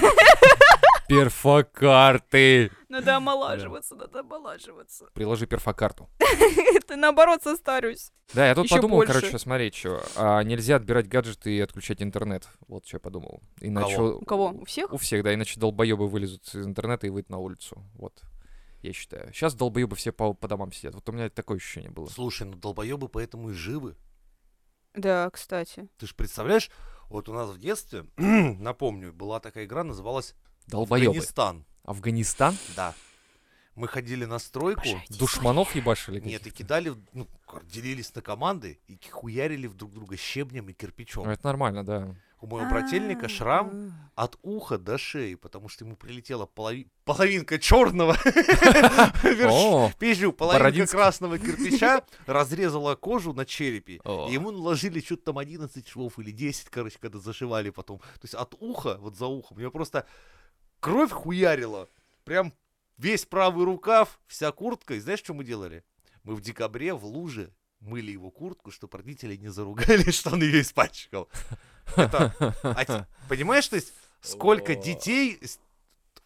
Перфокарты. Надо омолаживаться, надо омолаживаться. Приложи перфокарту. Ты наоборот состарюсь. Да, я тут Ещё подумал, больше. короче, смотри, что нельзя отбирать гаджеты и отключать интернет. Вот что я подумал. Иначе Кого? У кого? У всех? У всех, да, иначе долбоебы вылезут из интернета и выйдут на улицу. Вот, я считаю. Сейчас долбоебы все по, по домам сидят. Вот у меня такое ощущение было. Слушай, ну долбоебы поэтому и живы. Да, кстати. Ты же представляешь, вот у нас в детстве, напомню, была такая игра, называлась Долбоебы. Афганистан. Афганистан? Да. Мы ходили на стройку. Душманов ебашили? Нет, и каких-то? кидали, в- ну, к- делились на команды и хуярили в друг друга щебнем и Ну, кирпичом. это нормально, да. У моего брательника шрам от уха до шеи, потому что ему прилетела полови- половинка черного, О, пизжу, половинка Бородинский. красного кирпича разрезала кожу на черепе. О. И ему наложили что-то там одиннадцать швов или десять, короче, когда зашивали потом. То есть от уха, вот за ухом, у него просто кровь хуярила. Прям весь правый рукав, вся куртка. И знаешь, что мы делали? Мы в декабре в луже мыли его куртку, чтобы родители не заругали, что он ее испачкал. Это, а те- понимаешь, то есть, сколько О. детей с-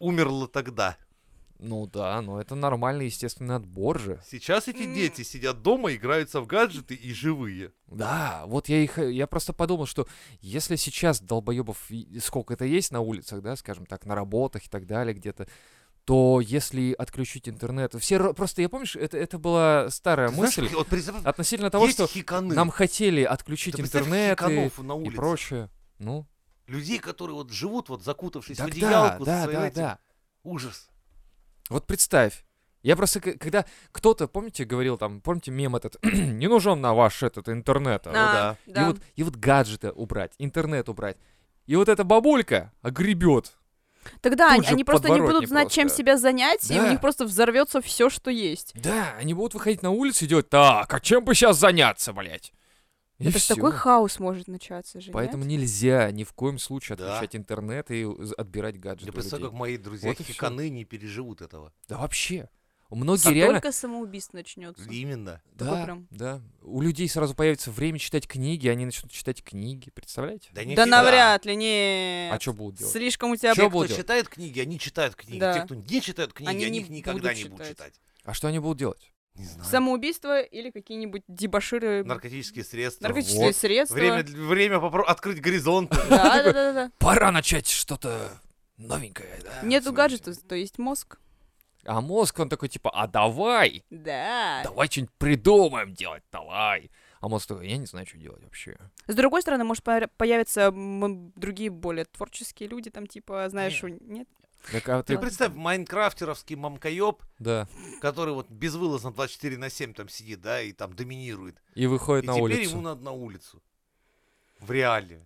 умерло тогда. Ну да, но это нормальный естественный отбор же. Сейчас эти М. дети сидят дома, играются в гаджеты и живые. Да, вот я их, я просто подумал, что если сейчас долбоебов и- сколько-то есть на улицах, да, скажем так, на работах и так далее где-то, то если отключить интернет, все ро- просто, я помнишь, это, это была старая Ты знаешь, мысль как- вот представь, относительно того, есть что хиканы. нам хотели отключить Ты представь, интернет и, хиканов на и улице. прочее. Ну, Людей, которые вот живут, вот закутавшись в так да, одеялку, да, со своим да, этим. да. Ужас. Вот представь. Я просто, к- когда кто-то, помните, говорил там, помните мем этот, не нужен на ваш этот интернет, а вот А, да. И, да. вот, и вот гаджеты убрать, интернет убрать. И вот эта бабулька огребет. Тогда тут они, же они просто не подворотни будут знать, чем просто. себя занять, и у Да. них просто взорвется все, что есть. Да, они будут выходить на улицу и делать, так, а чем бы сейчас заняться, блядь? И Это ж всё. такой хаос может начаться же, Поэтому нет? нельзя ни в коем случае Да. отключать интернет и з- отбирать гаджеты Я у представляю, людей. как мои друзья Вот и всё. хиканы не переживут этого. Да вообще. У многих Как реально... только самоубийств начнется. Именно. такой Да, прям. да. У людей сразу появится время читать книги, они начнут читать книги, представляете? Да, не Да всегда. навряд ли, нет. А что будут делать? Слишком у тебя... Чё Те, будут кто делать? читает книги, они читают книги. Да. Те, кто не читают книги, Они они, не их никогда будут не будут читать. читать. А что они будут делать? Не знаю. Самоубийство или какие-нибудь дебоширы... Наркотические средства. Наркотические Вот. средства. Время, для- время попро- открыть горизонт. Да, да, да, да. Пора начать что-то новенькое, да? Нету в своей гаджетов, жизни. то есть мозг. А мозг, он такой, типа, а давай, Да. давай что-нибудь придумаем делать, давай. А мозг такой, я не знаю, что делать вообще. С другой стороны, может пора- появятся м, другие более творческие люди, там типа, знаешь, Нет. у- нет? Так, а Ты ты- представь, майнкрафтеровский мамкоёб, Да. который вот безвылазно двадцать четыре на семь там сидит, да, и там доминирует. И выходит И на теперь улицу. ему надо на улицу. В реале.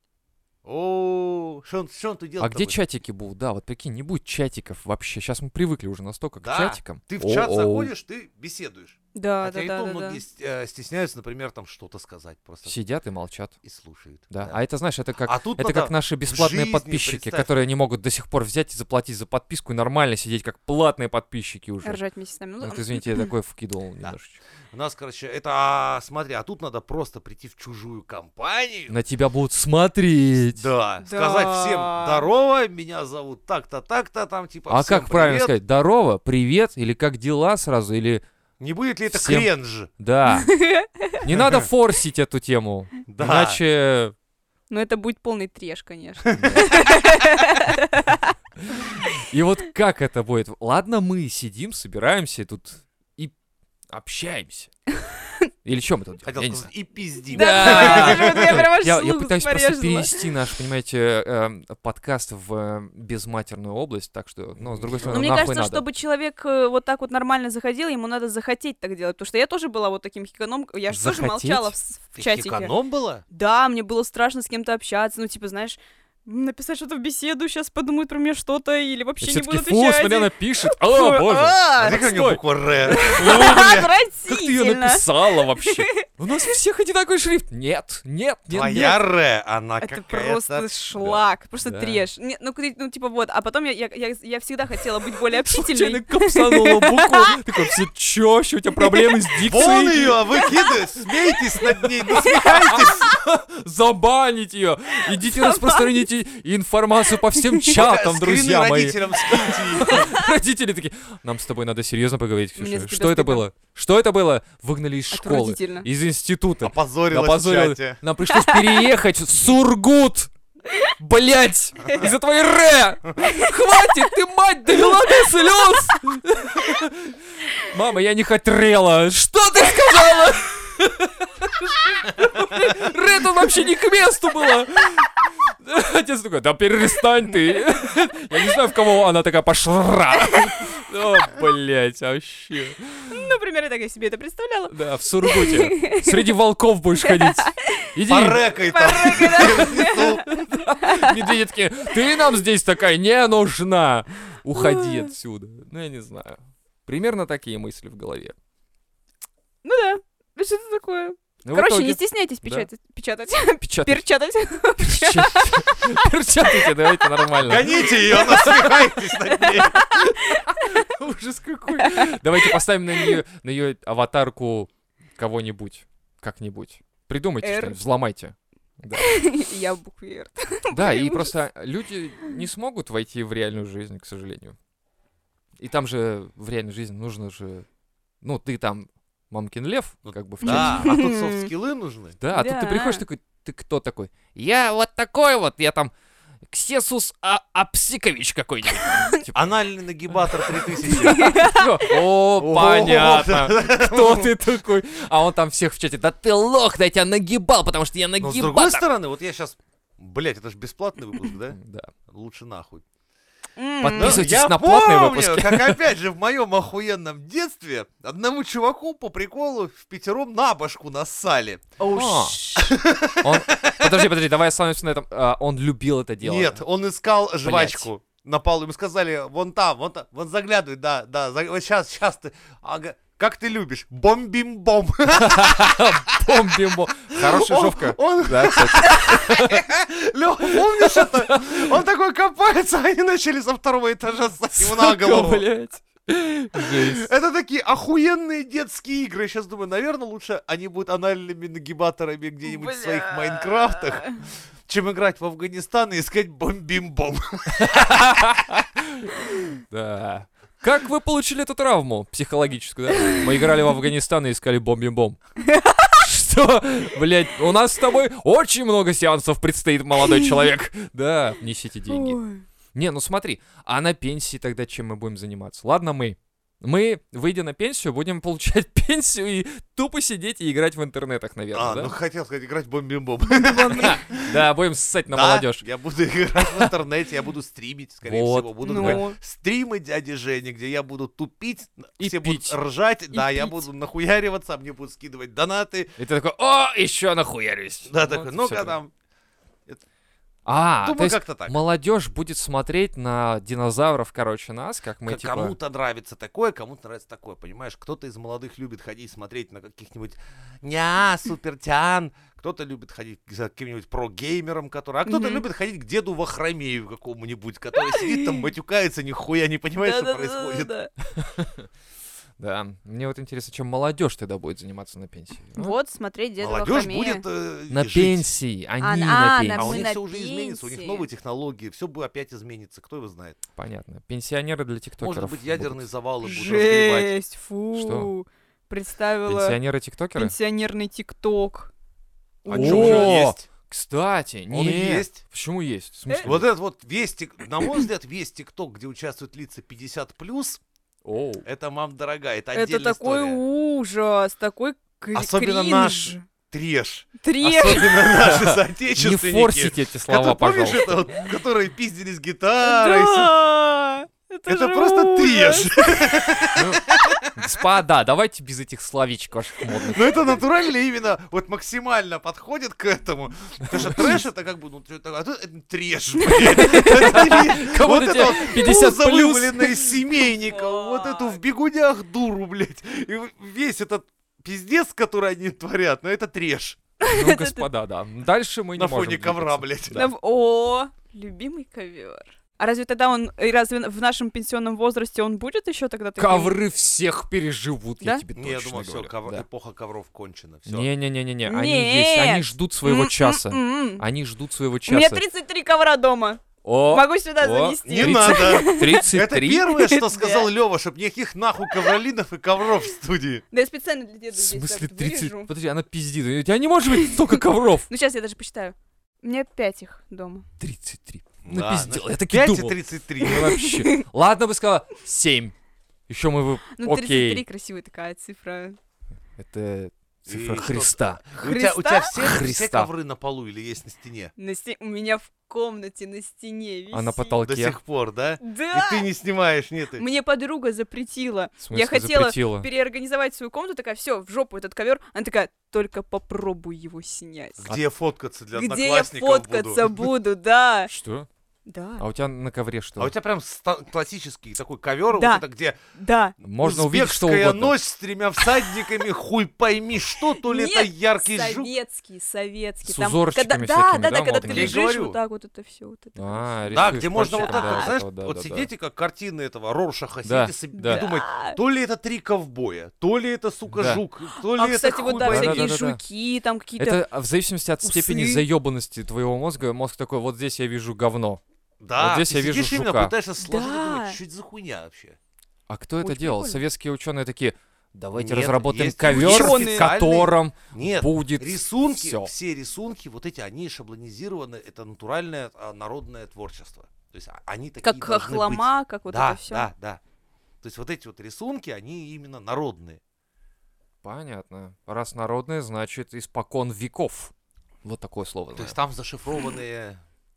О, что он, что он тут А делает? где чатики будут? Да, вот прикинь, не будет чатиков вообще. Сейчас мы привыкли уже настолько к Да, чатикам. Ты в чат О-оу. заходишь, ты беседуешь. Да, Хотя да, и да, то да, да. многие ст- э, стесняются, например, там что-то сказать просто. Сидят и молчат. И слушают. Да. А это, знаешь, это как, А тут это надо как наши бесплатные жизни подписчики, представь. которые не могут до сих пор взять и заплатить за подписку и нормально сидеть как платные подписчики уже. Ржать вместе с нами. Ну, Ну, это, извините, я такое вкидывал Да. немножечко. У нас, короче, это, а, смотри, а тут надо просто прийти в чужую компанию. На тебя будут смотреть. Да, Да. сказать всем здорово, меня зовут так-то, так-то, там типа А всем как правильно привет. сказать? Здорово, привет, или как дела сразу, или... Не будет ли это Всем- кренж? Да. Не надо форсить эту тему. Да. Иначе... ну, это будет полный треш, конечно. И вот как это будет? Ладно, мы сидим, собираемся тут и общаемся. Или что мы тут делаем? Хотел Я не сказать, и пиздим. Да. Да, вот я прям аж Я, я слух пытаюсь просто порезала. перевести наш, понимаете, э, подкаст в э, безматерную область, так что, ну, с другой Но стороны, мне нахуй кажется, надо. чтобы человек э, вот так вот нормально заходил, ему надо захотеть так делать. Потому что я тоже была вот таким хиканом. Я же тоже Захотеть? молчала в, с- в Ты чатике. хиканом была? Да, мне было страшно с кем-то общаться. Ну, типа, знаешь, написать что-то в беседу, сейчас подумают про меня что-то, или И вообще все не будут таки фу, отвечать. смотри, она пишет. О, Фу, боже. а, Смотри, как у него отстой. буква Р. Как ты ее Отвратительно. написала вообще? У нас у всех одинаковый шрифт. Нет, нет, нет, Твоя нет. Р, она Это какая-то... просто шлак, просто Да. треш. Не, ну, ты- ну, типа, вот. А потом я, я, я, я всегда хотела быть более Случайно общительной. капсанула букву. Такой, все чё, что у тебя проблемы с Вон дикцией? ее, выкидывай, смейтесь над ней, насмехайтесь. Забанить ее. Идите распространите информацию по всем чатам, Скрины друзья мои. родителям скиньте. Родители такие, нам с тобой надо серьезно поговорить, Мне Ксюша. за тебя Что это стыдно. было? Что это было? Выгнали из школы, Отвратительно. из института. Опозорилась в Опозорила. чате. Нам пришлось переехать в Сургут. Блять! Из-за твоей Р! Хватит, ты, мать, довела до слез! Мама, я не хотела. Что ты сказала? Р тут вообще не к месту было. Отец такой, да перестань ты. Я не знаю, в кого она такая пошла. О, блять, вообще. Ну, примерно так я себе это представляла. Да, в Сургуте. Среди волков будешь ходить. Иди. Порекай там. Медведи такие, ты нам здесь такая не нужна. Уходи отсюда. Ну, я не знаю. Примерно такие мысли в голове. Ну да. Ну, что это такое? Ну, в Короче, итоге- не стесняйтесь Да. печатать. Печатать. Печатать. Перчатать. Перчатайте, давайте нормально. Гоните ее, насмехайтесь над ней. Ужас какой. Давайте поставим на нее, на ее аватарку кого-нибудь. Как-нибудь. Придумайте Р. что-нибудь, взломайте. Да. Я буквоед. Да, и просто люди не смогут войти в реальную жизнь, к сожалению. И там же в реальной жизни нужно же... Ну, ты там мамкин лев, Ну, как бы в Да, чате. а тут софт-скиллы нужны. Да, а тут ты Да. приходишь такой, ты кто такой? Я вот такой вот, я там Ксесус А- Апсикович какой-нибудь. Типа, Анальный нагибатор три тысячи. О, О, понятно. да. Кто ты такой? А он там всех в чате, да ты лох, да я тебя нагибал, потому что я Но с другой нагибал. стороны, вот я сейчас... Блять, это же бесплатный выпуск, да? Да. Лучше нахуй. М. Подписывайтесь Я на платные помню, выпуски. как опять же в моем охуенном детстве одному чуваку по приколу в пятером на башку нассали. Оу, А. ш- Он... Подожди, подожди, давай остановимся на этом. А, он любил это дело. Нет, он искал жвачку на полу. Ему сказали, вон там, вон там, вон заглядывай, да, да, за- вот сейчас, сейчас ты. Ага. Как ты любишь? Бомбим-бом. Бом-бим-бом. Хорошая Он- жовка. Он, Да, кстати. Лёха, помнишь это? Он такой копается, а они начали со второго этажа ссать ему на Сука, голову. блядь. Жесть. Это такие охуенные детские игры. Сейчас думаю, наверное, лучше они будут анальными нагибаторами где-нибудь в своих Бля. Майнкрафтах, чем играть в Афганистан и искать бомбим-бом. Да. Как вы получили эту травму психологическую, да? Мы играли в Афганистан и искали бомбим-бом. Что? Блять, у нас с тобой очень много сеансов предстоит, молодой человек. Да, несите деньги. Ой. Не, ну смотри, а на пенсии тогда чем мы будем заниматься? Ладно, мы. Мы, выйдя на пенсию, будем получать пенсию и тупо сидеть и играть в интернетах, наверное, А, да? ну хотел сказать, играть в бомбим-бом. Да, будем ссать на Да, молодежь. я буду играть в интернете, я буду стримить, скорее Вот. всего. Буду Ну. говорить, стримы дяди Жени, где я буду тупить, И все пить. будут ржать, И да, я пить. буду нахуяриваться, а мне будут скидывать донаты. И ты такой, о, еще нахуярюсь. Да, Вот такой, всё ну-ка это. там. А, то Думаю, есть как-то так. молодежь будет смотреть на динозавров, короче, нас, как мы К- типа... Кому-то нравится такое, кому-то нравится такое, понимаешь? Кто-то из молодых любит ходить смотреть на каких-нибудь ня, супертян, кто-то любит ходить за каким-нибудь про-геймером, который, а кто-то Мгм. любит ходить к деду Вахромею какому-нибудь, который сидит там, матюкается, нихуя не понимает, что происходит. Да-да-да-да-да. Да, мне вот интересно, чем молодежь тогда будет заниматься на пенсии. Ну, Вот, смотреть Деда Молодежь Вахромея. будет э, на жить. пенсии, они А, на а, пенсии. А у Мы них на все уже изменится, у них пенсии. новые технологии, все будет опять изменится, кто его знает. Понятно. Пенсионеры для тиктокеров. Может быть, ядерные будут. завалы будут разгребать. Жесть, фу. Что? Представила Пенсионеры-тиктокеры? пенсионерный ТикТок. А О! что, уже есть? Кстати, Он нет. есть. Почему есть? В смысле? Вот этот вот весь тик, на мой взгляд, весь ТикТок, где участвуют лица пятьдесят плюс, Оу. это, мам дорогая, это Это отдельная такой история. ужас, такой кри- Особенно кринж. наш Треш. Треш. Особенно наши Не соотечественники. форсите эти слова, Это, помнишь, пожалуйста. это вот, которые пиздились гитарой? Да, это, Это же просто ужас. треш. Господа, давайте без этих словечек ваших модных. Но это натурально именно вот максимально подходит к этому. Потому что трэш это как бы, ну, это, а тут это треш, блядь. Это не- Как Вот будто это тебе вот пятьдесят пузо плюс. вываленное из семейников, вот эту в бегудях дуру, блядь. И весь этот пиздец, который они творят, но это треш. Ну, господа, да. Дальше мы не На можем фоне ковра, двигаться. блядь. Да. Да, О, любимый ковер. А разве тогда он, и разве в нашем пенсионном возрасте он будет еще тогда таким? Ковры всех переживут, я Да? тебе Не, я точно думаю, все, говорю. Да. эпоха ковров кончена. Все. Не-не-не-не-не, они Нет. есть, они ждут своего часа. М-м-м. Они ждут своего У меня часа. тридцать три ковра дома. О, Могу сюда о, занести. Не тридцать надо. тридцать Это три? первое, что Да. сказал Лева, чтобы никаких нахуй ковролинов и ковров в студии. Да я специально для деда В здесь смысле так тридцать? вырежу. Подожди, она пиздит. У тебя не может быть столько ковров. Ну сейчас я даже посчитаю. У меня пять их дома. тридцать три. Да, Напиздел, ну, я таки пять и думал. тридцать три. Ну вообще. Ладно бы сказала семь. Еще мы бы... Ну тридцать три Окей. красивая такая цифра. Это цифра И что- Христа. У тебя, у тебя все, все Христа. ковры на полу или есть на стене? На сте- У меня в комнате на стене висит. А на До потолке? сих пор, да? Да! И ты не снимаешь, нет? ты- Мне подруга запретила. В смысле, Я хотела запретила? переорганизовать свою комнату, такая, все, в жопу этот ковер. Она такая, только попробуй его снять. Где я фоткаться для Где я одноклассников фоткаться буду? буду, да. Что? Да. А у тебя на ковре что? А у тебя прям ста- классический такой ковер, Да. вот это где Да. Можно увидеть что узбекская угодно. ночь с тремя всадниками, хуй пойми что, то ли это Нет, яркий жук. советский, советский. С там, узорчиками когда, да, всякими, да, да, да, когда ты модными? Я лежишь, говорю. вот так вот это все. Вот это А, Да, рисуешь где можно вот пальчиком, так, да, вот, знаешь, этого, да, вот да, да. сидеть и как картины этого Роршаха Да, сидеть и соб- да. и думать, Да. то ли это три ковбоя, то ли это, сука, Да. жук, то ли А, это кстати, хуй вот да, пойми. всякие Да-да-да-да. жуки, там какие-то... Это а, в зависимости от степени усы. заебанности твоего мозга. Мозг такой, вот здесь я вижу говно. Да, Вот здесь ты я вижу сидишь именно, жука. пытаешься сложить и Да. думать, что это за хуйня вообще. А кто это Очень делал? прикольно. Советские ученые такие, давайте Нет, разработаем есть ковер, ученые. в котором Нет, будет рисунки, всё. все рисунки, вот эти, они шаблонизированы, это натуральное а, народное творчество. То есть а, они такие Как должны хохлома, как вот быть. Да, это все. да, да. То есть вот эти вот рисунки, они именно народные. Понятно. Раз народное, значит испокон веков. Вот такое слово То знаю. есть там зашифрованные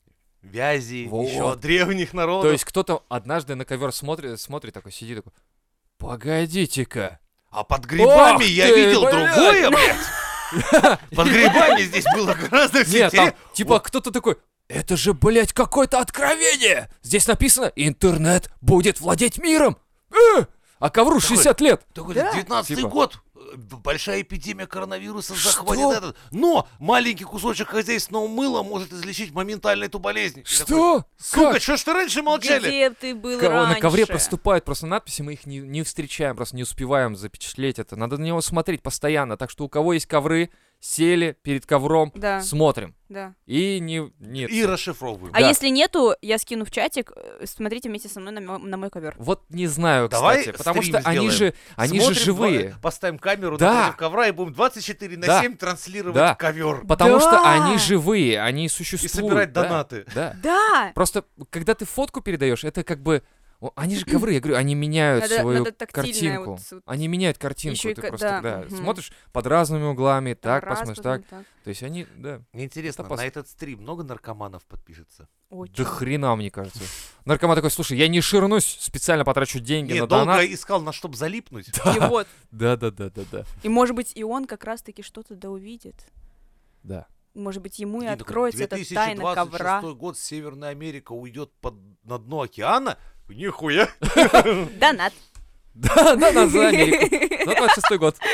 вязи Вот. еще от древних народов. То есть кто-то однажды на ковер смотрит, смотрит такой, сидит такой, погодите-ка. А под грибами Ох я ты, видел блядь! другое, блядь. Под грибами здесь было гораздо Нет, все там типа кто-то такой, это же, блядь, какое-то откровение. Здесь написано, интернет будет владеть миром. Э! А ковру Такой, шестьдесят лет. Такой Да. девятнадцатый Типа. год. э, Большая эпидемия коронавируса Что? захватит этот. Но маленький кусочек хозяйственного мыла может излечить моментально эту болезнь. И такой, Что? Сука, Как? что ж ты раньше молчали? Где ты был Ко- раньше? На ковре проступают просто надписи, мы их не, не встречаем, просто не успеваем запечатлеть это. Надо на него смотреть постоянно. Так что у кого есть ковры, сели перед ковром, Да, смотрим. да. И не... Нет. И расшифровываем. А Да. если нету, я скину в чатик, э, смотрите вместе со мной на, мо- на мой ковер. Вот не знаю, Давай кстати, потому стрим что они сделаем. же, они же Смотрим, живые. два- поставим камеру Да. напротив ковра и будем двадцать четыре на Да. семь транслировать Да. ковер. Потому что Да. они живые, они И существуют. собирать да, донаты. Да. Да! Просто, когда ты фотку передаешь, это как бы... о, Они же ковры, я говорю, они меняют Надо- свою надо тактильное картинку. вот с- вот Они меняют картинку. ещё и Ты ка- просто да, тогда мгм. смотришь под разными углами, так, раз, посмотришь, потом так. То есть они, да. Мне интересно, Это пос- на этот стрим много наркоманов подпишется? Очень. Да хрена, мне кажется. Наркоман такой, слушай, я не ширнусь, специально потрачу деньги Не, на долго донат. искал, на чтоб залипнуть. И вот. Да-да-да-да-да. И может быть, и он как раз-таки что-то да увидит. Да. Может быть, ему и Блин, такой, откроется эта тайна ковра. две тысячи двадцать шестой год, Северная Америка уйдет под, на дно океана? Нихуя. Донат. Да, да, да, за Америку. За двадцать шестой год.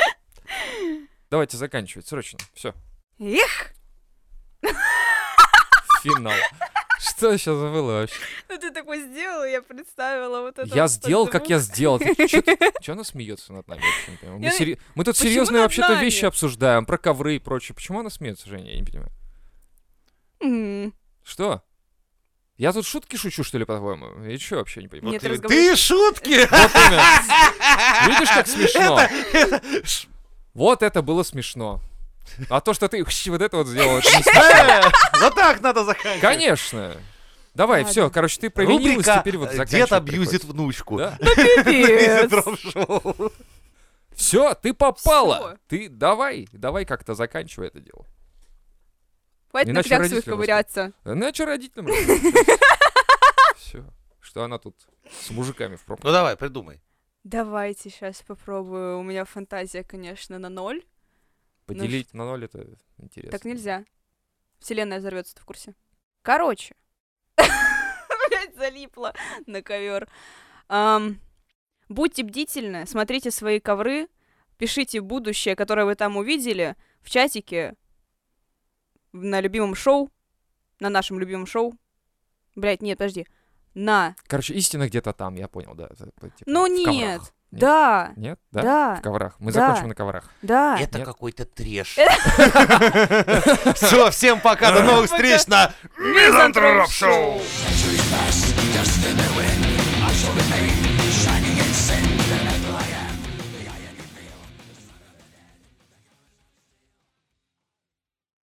Давайте заканчивать, срочно. Все. Эх! Финал. Что сейчас было вообще? Ну ты такой сделал, и я представила вот это. Я вот сделал, под как звук. я сделал. Че она смеется над нами? Я вообще не понимаю. Мы, Я- сери- мы тут Почему серьезные над вообще-то нами? вещи обсуждаем, про ковры и прочее. Почему она смеется, Женя? Я не понимаю. М, Что? Я тут шутки шучу, что ли, по-твоему? Я что вообще не понимаю? Нет, Ты, разговор- ты шутки! Вот именно. Видишь, как смешно? Вот это было смешно. А то, что ты вот это вот сделал, это не смешно. Э, Вот так надо заканчивать. Конечно. Давай, Ладно. все, короче, ты провинилась, Рубрика теперь вот э, заканчивать «Дед абьюзит приходится. внучку». Да? Пипец. Все, ты попала. Всё. Ты давай, давай как-то заканчивай это дело. Хватит на Иначе кляксах родителям ковыряться. Иначе родителям Все. Что она тут с мужиками в пробке. Ну давай, придумай. Давайте сейчас попробую. У меня фантазия, конечно, на ноль. Поделить на ноль это интересно. Так нельзя. Вселенная взорвется, ты в курсе? Короче. Блять, залипла на ковер. Будьте бдительны, смотрите свои ковры, пишите будущее, которое вы там увидели, в чатике, на любимом шоу, на нашем любимом шоу. Блять, нет, подожди. На. Короче, истина где-то там, я понял, да. это, типа, Ну в нет. коврах. Да. Нет? Да? Да. В коврах. Мы Да. закончим на коврах. Да. Это Нет. какой-то треш. Все, всем пока, до новых встреч на Мизантроп Шоу! Centuries pass, just in the wind. I shall remain